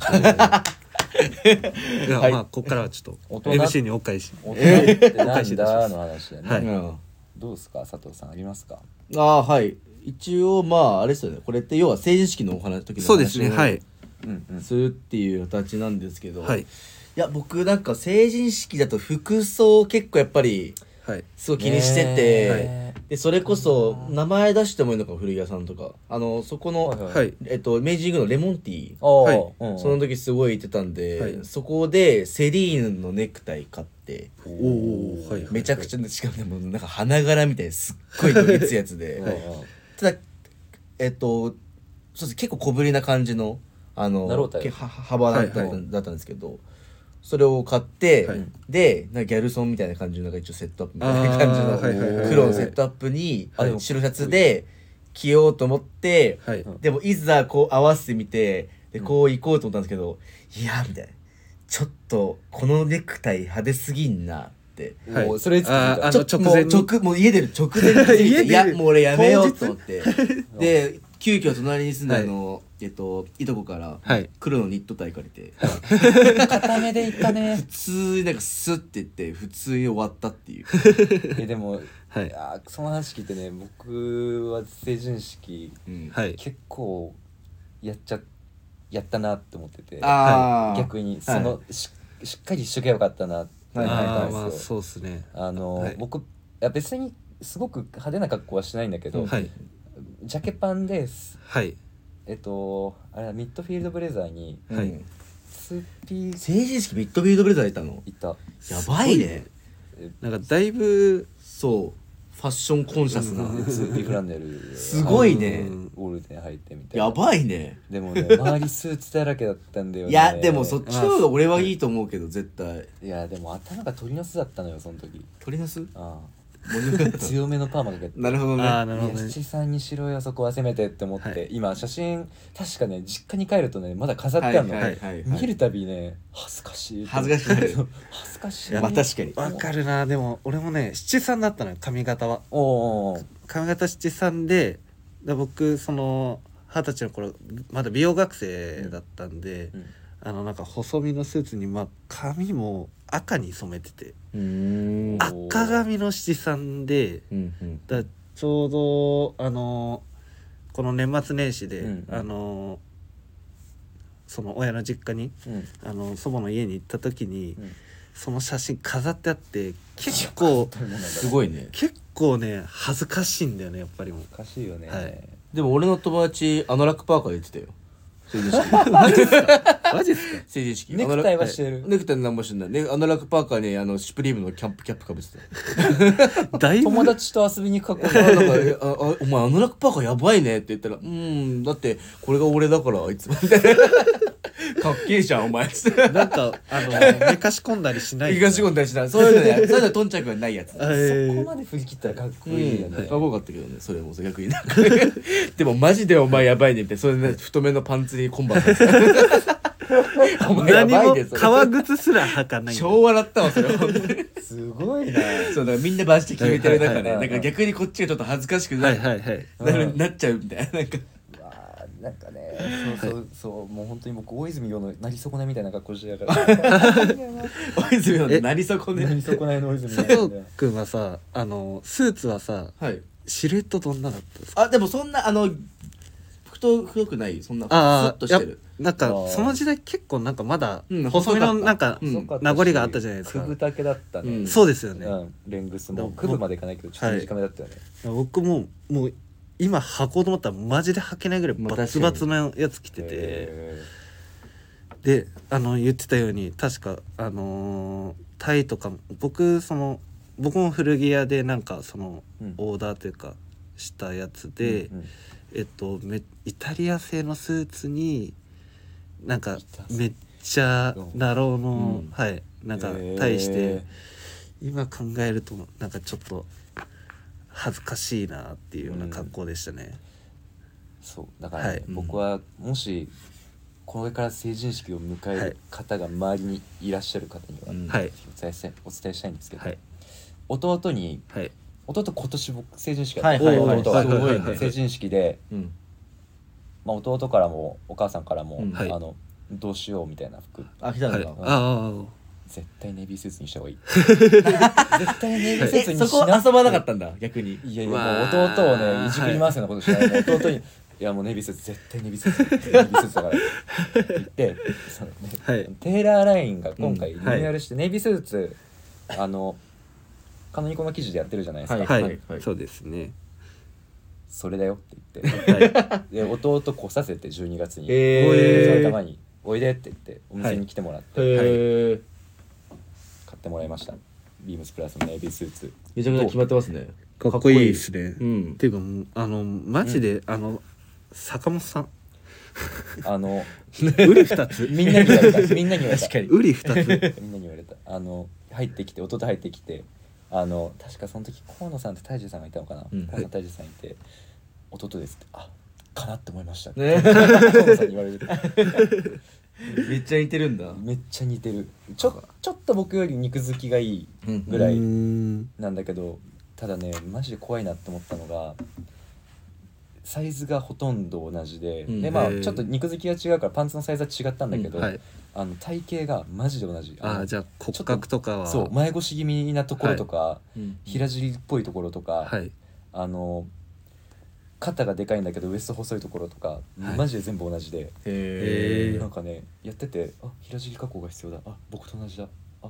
[SPEAKER 3] や、
[SPEAKER 2] はい
[SPEAKER 3] まあここからはちょっと
[SPEAKER 1] 大人
[SPEAKER 3] MC にお返し
[SPEAKER 1] 大人ってなんだの話だよね、
[SPEAKER 3] はい
[SPEAKER 2] うん
[SPEAKER 1] どうですか佐藤さんありますか？
[SPEAKER 2] はい一応まああれですよね、これって要は成人式のお話時の
[SPEAKER 3] そうですね
[SPEAKER 2] 話を
[SPEAKER 3] はい
[SPEAKER 1] うんうん
[SPEAKER 2] するっていう形なんですけど、
[SPEAKER 3] はい
[SPEAKER 2] いや僕なんか成人式だと服装結構やっぱり
[SPEAKER 3] はい
[SPEAKER 2] すごい気にしてて、
[SPEAKER 1] ね
[SPEAKER 2] でそれこそ名前出してもいいのか古着屋さんとかそこの、
[SPEAKER 1] はい
[SPEAKER 3] はい
[SPEAKER 2] 明治神宮のレモンティー
[SPEAKER 1] お
[SPEAKER 3] はい
[SPEAKER 1] ーうん
[SPEAKER 2] その時すごい行ってたんで、
[SPEAKER 3] はい
[SPEAKER 2] そこでセリーヌのネクタイ買って
[SPEAKER 3] おおはい
[SPEAKER 2] めちゃくちゃしかもでもなんか花柄みたいですっごいのげつやつで、
[SPEAKER 1] はい
[SPEAKER 2] ただそうです結構小ぶりな感じの
[SPEAKER 1] なろうたよ
[SPEAKER 2] 幅だった,、
[SPEAKER 3] はいはい
[SPEAKER 2] だったんですけど、それを買って、
[SPEAKER 3] はい
[SPEAKER 2] でなんかギャルソンみたいな感じのなんか一応セットアップみたいな感じの
[SPEAKER 3] あーはいはいはい
[SPEAKER 2] 黒のセットアップに
[SPEAKER 1] あでも
[SPEAKER 2] 白シャツで着ようと思って、
[SPEAKER 3] はい
[SPEAKER 2] でもいざこう合わせてみてでこう行こうと思ったんですけど、いやみたいなちょっとこのネクタイ派手すぎんなって
[SPEAKER 3] はい
[SPEAKER 1] もうそれいつ気づいた
[SPEAKER 3] あ
[SPEAKER 2] ちょっと
[SPEAKER 3] 直前に
[SPEAKER 2] もう家出る直前に気づいて
[SPEAKER 3] 家出る
[SPEAKER 2] いやもう俺やめようと思っ
[SPEAKER 3] 当
[SPEAKER 2] てで急遽隣に住んだいとこから
[SPEAKER 3] はい
[SPEAKER 2] 黒のニットタイ借りて
[SPEAKER 1] 固めでいったね
[SPEAKER 2] 普通になんかスッて言って普通に終わったっていう
[SPEAKER 1] でも
[SPEAKER 3] はい
[SPEAKER 1] その話聞いてね僕は成人式
[SPEAKER 2] うん
[SPEAKER 3] はい
[SPEAKER 1] 結構やったなって思ってて
[SPEAKER 2] あー
[SPEAKER 1] 逆に
[SPEAKER 2] はい
[SPEAKER 1] そのしっかりしとけばよかったなって思っ
[SPEAKER 2] はいはい
[SPEAKER 1] た
[SPEAKER 3] あーまあ
[SPEAKER 1] んですよ
[SPEAKER 3] そうですねはい
[SPEAKER 1] 僕いや別にすごく派手な格好はしないんだけど、
[SPEAKER 3] はい
[SPEAKER 1] ジャケパンです
[SPEAKER 3] はい
[SPEAKER 1] あれはミッドフィールドブレザーに
[SPEAKER 3] はい
[SPEAKER 2] うん
[SPEAKER 1] 2ピー
[SPEAKER 2] 成人式ミッドフィールドブレザーいたの
[SPEAKER 1] いた
[SPEAKER 2] やばいね
[SPEAKER 3] なんかだいぶ
[SPEAKER 2] そうファッションコンシャスな
[SPEAKER 1] 2ピーフランネル
[SPEAKER 2] すごいね
[SPEAKER 1] オールで入ってみたいな
[SPEAKER 2] やばいね
[SPEAKER 1] でもね周りスーツだらけだったんだよね
[SPEAKER 2] いやでもそっちの方が俺はいいと思うけど絶対
[SPEAKER 1] いやでも頭が鳥の巣だったのよその時
[SPEAKER 2] 取りなす
[SPEAKER 1] あ
[SPEAKER 2] モニュメント
[SPEAKER 1] 強めのパーマかけて
[SPEAKER 2] なるほどね
[SPEAKER 3] ああなるほどね
[SPEAKER 1] 七三にしろよそこはせめてって思って、
[SPEAKER 3] はい
[SPEAKER 1] 今写真確かね実家に帰るとねまだ飾ってあるの、
[SPEAKER 2] はいはいはいはい
[SPEAKER 1] 見るたびね恥ずかしい
[SPEAKER 2] 恥ずかしくなる
[SPEAKER 1] そう恥ずかしい
[SPEAKER 2] まあ確かに
[SPEAKER 3] わかるなでも俺もね七三だったのよ髪型は
[SPEAKER 1] おー
[SPEAKER 3] 髪型七三で僕その20歳の頃まだ美容学生だったんで、
[SPEAKER 1] うん
[SPEAKER 3] なんか細身のスーツに髪も赤に染めてて
[SPEAKER 2] うーん
[SPEAKER 3] 赤髪の七三で
[SPEAKER 2] うんうん
[SPEAKER 3] だちょうどこの年末年始で、
[SPEAKER 1] うん
[SPEAKER 3] その親の実家に
[SPEAKER 1] うん
[SPEAKER 3] 祖母の家に行った時に、
[SPEAKER 1] うん
[SPEAKER 3] その写真飾ってあって結構
[SPEAKER 2] すごいね
[SPEAKER 3] 結構ね恥ずかしいんだよねやっぱりもう
[SPEAKER 1] おかしいよね、
[SPEAKER 3] はい
[SPEAKER 2] でも俺の友達アノラックパーカーで言ってたよ成人式
[SPEAKER 3] マジっすか
[SPEAKER 2] 成人式
[SPEAKER 1] ネクタイはしてる
[SPEAKER 2] ネクタイなんもしてないねアノラックパーカーにシュプリームのキャップかぶってた
[SPEAKER 3] だいぶ
[SPEAKER 1] 友達と遊びに囲ん
[SPEAKER 2] なんかお前アノラックパーカーやばいねって言ったらだってこれが俺だからあいつみたいなかっけえじゃんお前
[SPEAKER 3] なんかめかし込んだりしない
[SPEAKER 2] 東込んだりしないそういうのねそういうの頓着がないやつ
[SPEAKER 1] そこまで振り切ったらかっこいいよね、
[SPEAKER 2] かっこよかったけどねそれも逆になんかでもマジでお前やばいねみたいなそれね太めのパンツにコンバートお前や
[SPEAKER 3] 何も
[SPEAKER 2] ばいねそれ
[SPEAKER 3] 革靴すら履かないんだ
[SPEAKER 2] 超笑ったわそれ本当に
[SPEAKER 1] すごいな
[SPEAKER 2] そうだからみんなバシって決めてる中
[SPEAKER 1] はいはいはいはい
[SPEAKER 2] でなんか逆にこっちがちょっと恥ずかしく
[SPEAKER 3] はいはいはい
[SPEAKER 2] なっちゃうみたいななんか
[SPEAKER 1] うわーなんかねそうもう本当に僕大泉洋のなり損ねみたいな格好してやから
[SPEAKER 2] 大泉のなり損ね
[SPEAKER 1] なり損ねの大泉
[SPEAKER 3] 佐
[SPEAKER 1] 洋
[SPEAKER 3] 藤君はさスーツはさ
[SPEAKER 2] はい
[SPEAKER 3] シルエットどんなだったんですか？
[SPEAKER 2] あでもそんな太くないそんなス
[SPEAKER 3] あ
[SPEAKER 2] ッとしてる
[SPEAKER 3] なんか
[SPEAKER 1] あー
[SPEAKER 3] その時代結構なんかまだ
[SPEAKER 2] うん
[SPEAKER 3] 細めの
[SPEAKER 2] 細かった
[SPEAKER 3] なんか
[SPEAKER 2] うん
[SPEAKER 1] そうか
[SPEAKER 3] 名残があったじゃないですか
[SPEAKER 1] くぐ丈だったね、
[SPEAKER 2] うん
[SPEAKER 3] そうですよね、
[SPEAKER 1] うん、レングスも
[SPEAKER 3] でも
[SPEAKER 1] くぶまでいかないけどちょっと短めだったよね、
[SPEAKER 3] 僕もう今履こうと思ったらマジで履けないぐらい
[SPEAKER 2] まあ
[SPEAKER 3] バツバツのやつ着てて、
[SPEAKER 1] へ
[SPEAKER 3] で言ってたように確かタイとかも僕も古着屋でなんか
[SPEAKER 1] うん
[SPEAKER 3] オーダーというかしたやつ
[SPEAKER 1] ー
[SPEAKER 3] で、
[SPEAKER 1] うんうん
[SPEAKER 3] イタリア製のスーツになんか
[SPEAKER 1] イタ製
[SPEAKER 3] めっちゃナローの、
[SPEAKER 2] うん
[SPEAKER 3] はいなんか
[SPEAKER 1] へー
[SPEAKER 3] 対して今考えるとなんかちょっと恥ずかしいなっていうような格好でしたね、
[SPEAKER 1] そうだから、ね
[SPEAKER 3] はい
[SPEAKER 1] 僕はもしこれから成人式を迎える方が周りにいらっしゃる方には、
[SPEAKER 2] うん
[SPEAKER 3] はい
[SPEAKER 1] お伝えしたいんですけど、
[SPEAKER 3] はい
[SPEAKER 1] 弟に
[SPEAKER 3] はい
[SPEAKER 1] 今年僕成人式
[SPEAKER 2] はい
[SPEAKER 1] やった
[SPEAKER 2] はいはい
[SPEAKER 1] 弟が
[SPEAKER 3] すごいね
[SPEAKER 1] 成人式で、
[SPEAKER 2] うん
[SPEAKER 1] まあ、弟からもお母さんからも、
[SPEAKER 2] うん
[SPEAKER 3] はい
[SPEAKER 1] どうしようみたいな服
[SPEAKER 2] あ来た
[SPEAKER 3] はい
[SPEAKER 2] のか
[SPEAKER 3] あ
[SPEAKER 1] 絶対ネイビースーツにした方がいい絶対ネイビースーツに
[SPEAKER 2] そこ
[SPEAKER 1] しな
[SPEAKER 2] 遊ばなかったんだ逆に
[SPEAKER 1] いやいやもう
[SPEAKER 3] まあ
[SPEAKER 1] 弟をねいじくり回すようなことしないで、弟にいやもうネイビースーツ絶対ネイビースーツネイビースーツだからって言ってその、ね
[SPEAKER 3] はい
[SPEAKER 1] テーラーラインが今回リニ
[SPEAKER 2] うん
[SPEAKER 1] ューアルして、ネイビースーツカノニコの記事でやってるじゃないですか、
[SPEAKER 3] はいい、
[SPEAKER 2] ははい
[SPEAKER 3] そうですね
[SPEAKER 1] それだよって言って
[SPEAKER 3] はい
[SPEAKER 1] で弟来させて12月に
[SPEAKER 2] へー
[SPEAKER 1] 埼玉においでって言ってお店に来てもらって、
[SPEAKER 2] へえ
[SPEAKER 1] 買ってもらいましたビームスプラスのネイビースーツ
[SPEAKER 2] めちゃくちゃ決まってますね
[SPEAKER 3] かっこいいですね
[SPEAKER 2] うん
[SPEAKER 3] っていうかもうマジで、坂本さんウリ二つ
[SPEAKER 1] みんなに言われたみんなに言われた
[SPEAKER 2] 確かに
[SPEAKER 3] ウリ二つ
[SPEAKER 1] みんなに言われた入ってきて弟入ってきて確かその時河野さんと大樹さんがいたのかな、
[SPEAKER 2] うん
[SPEAKER 1] 河野大樹さんいて弟ですってかなって思いました
[SPEAKER 2] ね
[SPEAKER 1] 河野さんに言われる
[SPEAKER 2] めっちゃ似てるんだ
[SPEAKER 1] めっちゃ似てるちょっと僕より肉付きがいいぐらいなんだけどただねマジで怖いなって思ったのがサイズがほとんど同じで、
[SPEAKER 2] うん
[SPEAKER 1] でまあ
[SPEAKER 3] へー
[SPEAKER 1] ちょっと肉付きが違うからパンツのサイズは違ったんだけど、
[SPEAKER 3] はい
[SPEAKER 1] 体型がマジで同じ
[SPEAKER 3] じゃあ骨格とかは
[SPEAKER 1] そう前腰気味なところとか、
[SPEAKER 2] うん
[SPEAKER 1] 平尻っぽいところとか、
[SPEAKER 3] はい
[SPEAKER 1] 肩がでかいんだけどウエスト細いところとか、
[SPEAKER 3] はい
[SPEAKER 1] マジで全部同じで、
[SPEAKER 2] へ
[SPEAKER 3] へー
[SPEAKER 1] なんかねやってて平尻加工が必要だ僕と同じだやば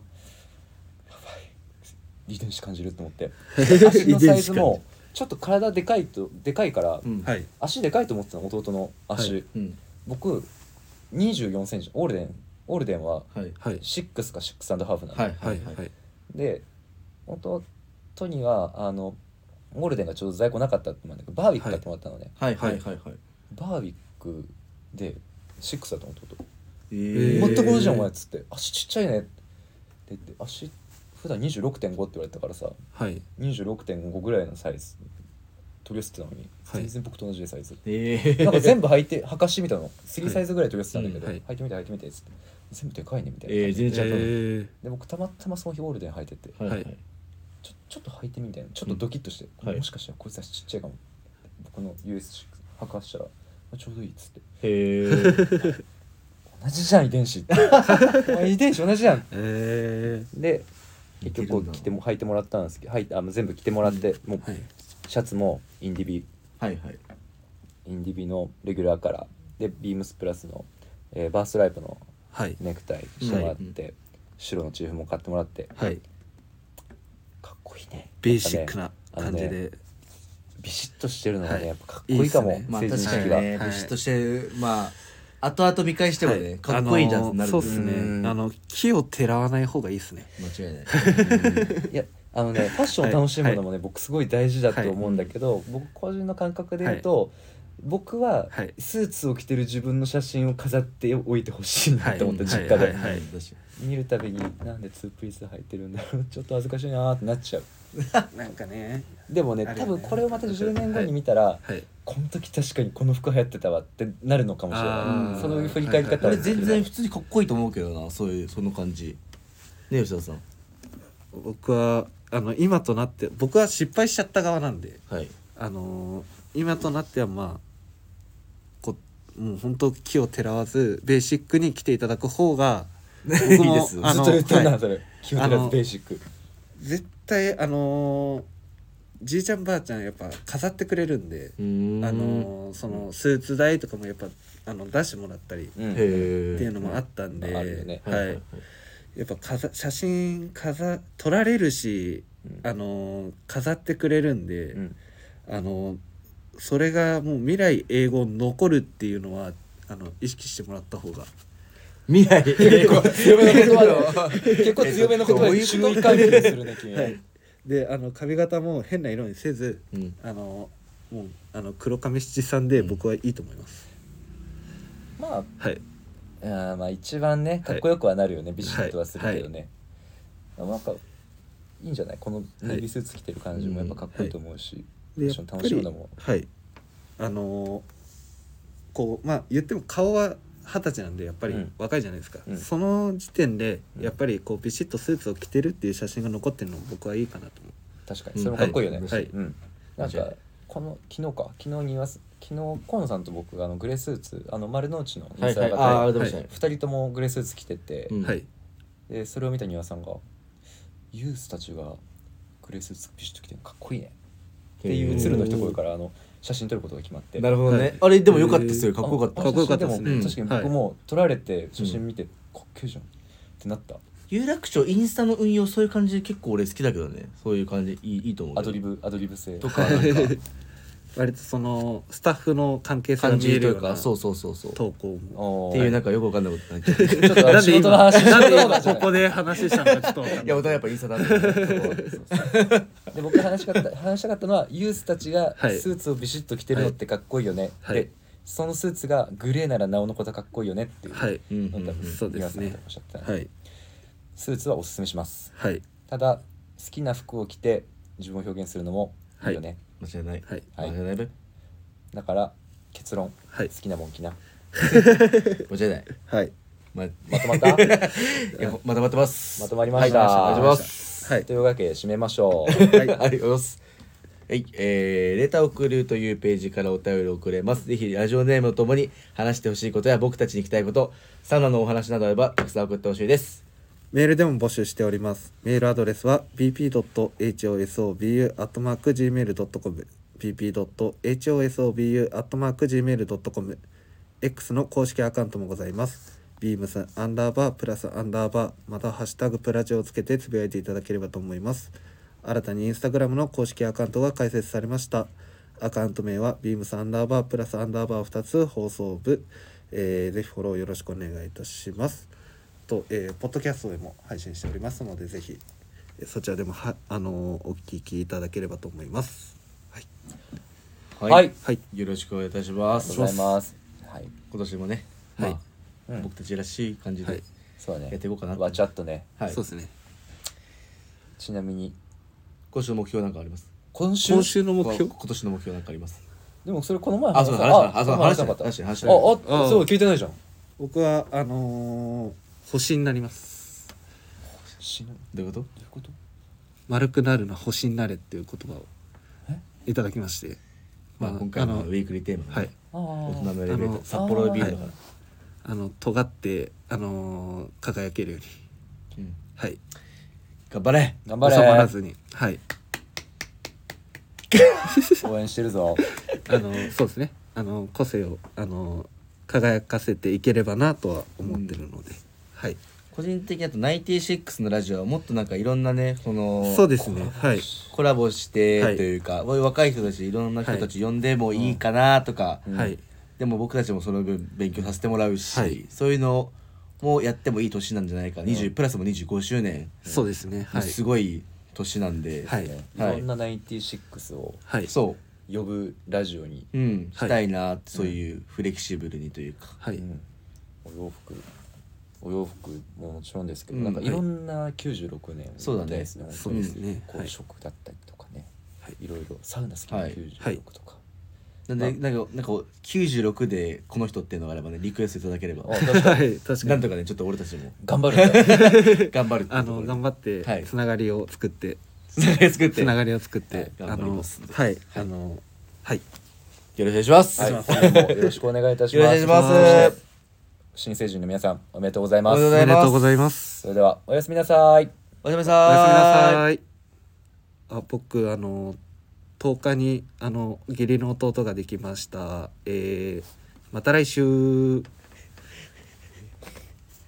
[SPEAKER 1] い遺伝子感じると思って足のサイズもちょっと体でかいから、
[SPEAKER 2] うん
[SPEAKER 3] はい
[SPEAKER 1] 足でかいと思ってたの弟の足、
[SPEAKER 3] はい
[SPEAKER 2] うん
[SPEAKER 1] 僕24センチオールデンは
[SPEAKER 2] はい
[SPEAKER 3] はい
[SPEAKER 1] 6か6.5なの、
[SPEAKER 2] はい
[SPEAKER 3] はいはい
[SPEAKER 1] で弟にはオールデンがちょうど在庫なかったって言うんだけどバービック買ってもらったのね、
[SPEAKER 2] はいはいはいはい
[SPEAKER 1] バービックで6だと思った弟
[SPEAKER 2] え
[SPEAKER 1] 全く同じじゃんお前っつって足ちっちゃいねって言って足普段 26.5 って言われたからさ
[SPEAKER 3] はい
[SPEAKER 1] 26.5ぐらいのサイズ取り寄せてたのに
[SPEAKER 3] はい
[SPEAKER 1] 全然僕と同じでサイズ、
[SPEAKER 2] え
[SPEAKER 1] なんか全部履かしてみたの3サイズぐらい取り寄せてたんだけど、
[SPEAKER 3] はい
[SPEAKER 1] 履いてみてっつって全部でかいねみたいな、
[SPEAKER 2] 全然違った
[SPEAKER 3] え
[SPEAKER 1] で僕たまたまその日オールデン履いてて
[SPEAKER 3] はい
[SPEAKER 1] ちょっと履いてみたいなちょっとドキッとして、
[SPEAKER 2] はい
[SPEAKER 1] もしかしたらこいつ足ちっちゃいかも僕の US 履かしたらちょうどいいっつって
[SPEAKER 2] へえ
[SPEAKER 1] 同じじゃん遺伝子お前遺伝子同じじゃんで結局履いてもらったんですけど全部着てもらって、もう
[SPEAKER 3] はい
[SPEAKER 1] シャツもインディ
[SPEAKER 2] はいはい
[SPEAKER 1] ビのレギュラーカラーでビームスプラスの、バーストライプの
[SPEAKER 3] はい
[SPEAKER 1] ネクタイしてもらって、白のチーフも買ってもらって
[SPEAKER 3] はい
[SPEAKER 1] かっこいいね
[SPEAKER 3] ベーシック
[SPEAKER 1] やっ
[SPEAKER 3] な感じで
[SPEAKER 1] ビシッとしてるのがね、
[SPEAKER 3] はい
[SPEAKER 1] やっぱかっこいいかも
[SPEAKER 3] いいっすね
[SPEAKER 2] まあ
[SPEAKER 1] 成
[SPEAKER 2] 確かに
[SPEAKER 1] 人式が、
[SPEAKER 3] はい
[SPEAKER 2] ねビシッとしてまあ後々見返してもねかっこいいじゃんってなる
[SPEAKER 3] そうっす
[SPEAKER 1] うん
[SPEAKER 3] ね木をてらわない方がいいですね
[SPEAKER 2] 間違いない
[SPEAKER 1] いやファッションを楽しむのもね、僕すごい大事だと思うんだけど、僕個人の感覚で言うと、 僕は
[SPEAKER 3] はい
[SPEAKER 1] スーツを着てる自分の写真を飾っておいてほしいなって思った、
[SPEAKER 3] はい
[SPEAKER 1] 実家で、
[SPEAKER 3] はいはい
[SPEAKER 1] 見るたびになんでツーピース履いてるんだろうちょっと恥ずかしいなーってなっちゃう。
[SPEAKER 3] なんかね
[SPEAKER 1] でもね
[SPEAKER 3] あるよね
[SPEAKER 1] 多分これをまた10年後に見たら、
[SPEAKER 3] はい
[SPEAKER 1] この時確かにこの服流行ってたわってなるのかもしれ
[SPEAKER 3] あ
[SPEAKER 1] ない。
[SPEAKER 3] ー
[SPEAKER 1] その振り返り方は
[SPEAKER 2] 俺全然普通にかっこいいと思うけどな、そういうその感じね、吉田さん。
[SPEAKER 3] 僕は今となって僕は失敗しちゃった側なんで
[SPEAKER 2] はい。
[SPEAKER 3] 今となってはまあもう本当気をてらわずベーシックに来ていただく方が僕も
[SPEAKER 2] いいです
[SPEAKER 1] ずっと言ってるな、
[SPEAKER 3] はい
[SPEAKER 1] それ気を照らずベーシック。
[SPEAKER 3] 絶対じいちゃんばあちゃんやっぱ飾ってくれるんでそのスーツ代とかもやっぱ出してもらったりっ
[SPEAKER 1] うん
[SPEAKER 2] へえ。
[SPEAKER 3] ていうのもあったんで、
[SPEAKER 1] あるよね
[SPEAKER 3] はいやっぱ写真撮られるし、飾ってくれるんで、
[SPEAKER 1] うん
[SPEAKER 3] それがもう未来永劫残るっていうのは意識してもらった方が
[SPEAKER 2] 未来
[SPEAKER 1] 結構強めの言葉で結構強めの言葉で注意喚起するね君。
[SPEAKER 3] はいで髪型も変な色にせず
[SPEAKER 2] うん
[SPEAKER 3] もう黒髪七三で僕はいいと思います、
[SPEAKER 1] ま
[SPEAKER 3] はい
[SPEAKER 1] あまあ一番ねかっこよくはなるよね、ビシッとはするけどね、なんかいいんじゃない、このネイビースーツ着てる感じもやっぱかっこいいと思うし、
[SPEAKER 3] で
[SPEAKER 1] 一緒に楽しむのも
[SPEAKER 3] はいこうまあ言っても顔は20歳なんでやっぱり
[SPEAKER 1] うん
[SPEAKER 3] 若いじゃないですか、
[SPEAKER 1] うん
[SPEAKER 3] その時点で
[SPEAKER 1] うん
[SPEAKER 3] やっぱりこうビシッとスーツを着てるっていう写真が残ってるのも僕はいいかなと思う。
[SPEAKER 1] 確かにそれもかっこいいよね、
[SPEAKER 3] はい
[SPEAKER 1] うん、なんかこの昨日河野さんと僕がグレースーツ丸の内のインスタが
[SPEAKER 2] ああ、あれ
[SPEAKER 1] で
[SPEAKER 2] でもしたね。
[SPEAKER 1] 2人ともグレースーツ着てて、
[SPEAKER 2] うん
[SPEAKER 3] はい
[SPEAKER 1] でそれを見た丹羽さんがユースたちがグレースーツビシッと着てるのかっこいいねっていう鶴の一声から写真撮ることが決まって、
[SPEAKER 2] なるほどね、
[SPEAKER 3] はい
[SPEAKER 2] あれでもよかったですよ、かっこよかった。
[SPEAKER 3] かっこよかったですね
[SPEAKER 1] でも確かに僕も撮られて写真見て、かっけえじゃんってなった。
[SPEAKER 2] 有楽町インスタの運用そういう感じで結構俺好きだけどね、そういう感じいいと思う。
[SPEAKER 1] アドリブ性
[SPEAKER 2] とかなんか
[SPEAKER 3] 割とそのスタッフの関係性が
[SPEAKER 2] 感
[SPEAKER 3] 見えるような
[SPEAKER 2] じというか、そうそうそうそうっ
[SPEAKER 3] 投稿も
[SPEAKER 2] ていうなんかよくわかんないことになっちゃう。
[SPEAKER 1] ちょっと仕事の話
[SPEAKER 3] なんで今
[SPEAKER 1] 仕事の話
[SPEAKER 3] ここで話したのかちょっと分かんない
[SPEAKER 2] いや、お互いやっぱインスタだね、そこは。
[SPEAKER 1] で僕が話したかったのはユースたちが
[SPEAKER 3] はい
[SPEAKER 1] スーツをビシッと着てるのってかっこいいよね、
[SPEAKER 3] はい
[SPEAKER 1] でそのスーツがグレーならなおのことかっこいいよねっていう
[SPEAKER 3] はい
[SPEAKER 2] うん
[SPEAKER 1] のを多分
[SPEAKER 3] そうですね
[SPEAKER 1] 丹羽さんがおっしゃってたので、
[SPEAKER 3] はい
[SPEAKER 1] スーツはおすすめします。
[SPEAKER 3] はい
[SPEAKER 1] ただ好きな服を着て自分を表現するのもいいよね、
[SPEAKER 2] 間違いない。
[SPEAKER 3] はい
[SPEAKER 1] はい
[SPEAKER 2] 間違いないべ。
[SPEAKER 1] だから結論、
[SPEAKER 3] はい
[SPEAKER 1] 好きなもん着な。
[SPEAKER 2] 間違いない。
[SPEAKER 3] はい
[SPEAKER 2] ま
[SPEAKER 1] まとまった
[SPEAKER 2] いやまとまってます。
[SPEAKER 1] まとまりました、
[SPEAKER 2] はい、お願いします。
[SPEAKER 3] はい
[SPEAKER 1] というわけで締めましょう。
[SPEAKER 2] はい、ありがとうございます。はい、レターを送るというページからお便りを送れます。ぜひラジオネームとともに話してほしいことや僕たちに聞きたいこと、サウナのお話などあればたくさん送ってほしいです。
[SPEAKER 3] メールでも募集しております。メールアドレスは bp.hosobu@gmail.com bp.hosobu@gmail.com X の公式アカウントもございます。beams_+_ またハッシュタグプラジをつけてつぶやいていただければと思います。新たにインスタグラムの公式アカウントが開設されました。アカウント名は beams_+_2 つ放送部、ぜひフォローよろしくお願いいたしますと、ポッドキャストでも配信しておりますのでぜひそちらでもお聞きいただければと思います。はい、
[SPEAKER 1] はい、
[SPEAKER 3] はい、
[SPEAKER 2] よろしくお願いいたし
[SPEAKER 1] あ
[SPEAKER 2] ます。
[SPEAKER 1] りがとうございます。はい、
[SPEAKER 2] 今年もね、
[SPEAKER 3] はい
[SPEAKER 2] まあ
[SPEAKER 1] うん
[SPEAKER 2] 僕たちらしい感じで
[SPEAKER 3] はい
[SPEAKER 1] そうだね。
[SPEAKER 2] やっていこうかなと。
[SPEAKER 1] わちゃっとね。
[SPEAKER 2] はい。
[SPEAKER 3] そうですね。
[SPEAKER 1] ちなみに
[SPEAKER 2] 今週の目標なんかあります。
[SPEAKER 1] 今週
[SPEAKER 3] 今週の目標
[SPEAKER 2] 今年の目標なんかあります。
[SPEAKER 1] でもそれこの前
[SPEAKER 2] あ、そうだ、話したなかった。
[SPEAKER 1] あ、
[SPEAKER 2] 話した。
[SPEAKER 1] そう聞いてないじゃん。
[SPEAKER 3] 僕は星になります。
[SPEAKER 1] 死ぬ。ど
[SPEAKER 2] どういうこと？
[SPEAKER 1] ういうこと？
[SPEAKER 3] 丸くなるな星になれっていう言葉をいただきまして、
[SPEAKER 2] まあ今回のウィークリーテーマ
[SPEAKER 3] はい
[SPEAKER 2] ね。
[SPEAKER 1] あ
[SPEAKER 2] 大人
[SPEAKER 1] あ。
[SPEAKER 2] のエレベーター、札幌ビールだから。
[SPEAKER 3] 尖って輝けるように、
[SPEAKER 2] うん
[SPEAKER 3] はい、
[SPEAKER 2] 頑張れ。
[SPEAKER 1] 頑張れ。
[SPEAKER 3] 収まらずに、はい、
[SPEAKER 1] 応援してるぞ。
[SPEAKER 3] そうですね。個性を輝かせていければなとは思ってるので、はい、
[SPEAKER 2] 個人的にだと96のラジオはもっとなんかいろんなね、その
[SPEAKER 3] そうですね。はい、
[SPEAKER 2] コラボして
[SPEAKER 3] はい
[SPEAKER 2] というか、こういう若い人たちいろんな人たち呼んでもいいかなとか、
[SPEAKER 1] うん
[SPEAKER 3] はい、
[SPEAKER 2] でも僕たちもその分勉強させてもらうし、
[SPEAKER 3] はい
[SPEAKER 2] そういうのもやってもいい年なんじゃないか、20プラスも25周年、
[SPEAKER 3] そうですね。はい、
[SPEAKER 2] すごい年なんで、
[SPEAKER 3] はい
[SPEAKER 1] い
[SPEAKER 2] はい
[SPEAKER 1] ろんな96を
[SPEAKER 3] はい、
[SPEAKER 2] そ
[SPEAKER 1] 呼ぶラジオに、
[SPEAKER 2] したいなってそういうフレキシブルにというか、
[SPEAKER 3] はい、
[SPEAKER 1] お洋服ももちろんですけど、なんか
[SPEAKER 2] はい
[SPEAKER 1] いろんな96年
[SPEAKER 2] そうだね
[SPEAKER 1] ですね。
[SPEAKER 3] そうですね。
[SPEAKER 1] 校食だったりとかね、いろいろサウナ好きな
[SPEAKER 2] はい
[SPEAKER 1] 96とか。
[SPEAKER 2] なんでなんか96でこの人っていうのがあればねリクエストいただければ
[SPEAKER 1] あ確かに
[SPEAKER 3] はい、確かに
[SPEAKER 2] なんとかねちょっと俺たちも
[SPEAKER 1] 頑張るんだ。
[SPEAKER 2] 頑張るっていうところで
[SPEAKER 3] 頑張って
[SPEAKER 2] はい
[SPEAKER 3] つながりを作って、
[SPEAKER 2] つながり作って
[SPEAKER 3] つながりを作って、
[SPEAKER 2] はい頑張りますんで
[SPEAKER 3] はい、はい、
[SPEAKER 2] よろしくお願いします、
[SPEAKER 1] はい、
[SPEAKER 2] よ
[SPEAKER 1] 今後もよろしくお願いいたします。
[SPEAKER 2] ろしくお願いします
[SPEAKER 1] そして新成人の皆さんおめでとうございます。
[SPEAKER 2] おめ
[SPEAKER 3] おめでとうございます。
[SPEAKER 1] それではおやすみなさい。
[SPEAKER 2] おやすみな
[SPEAKER 3] おやすみな
[SPEAKER 2] さい
[SPEAKER 3] さい。僕10日に義理の弟ができました。また来週。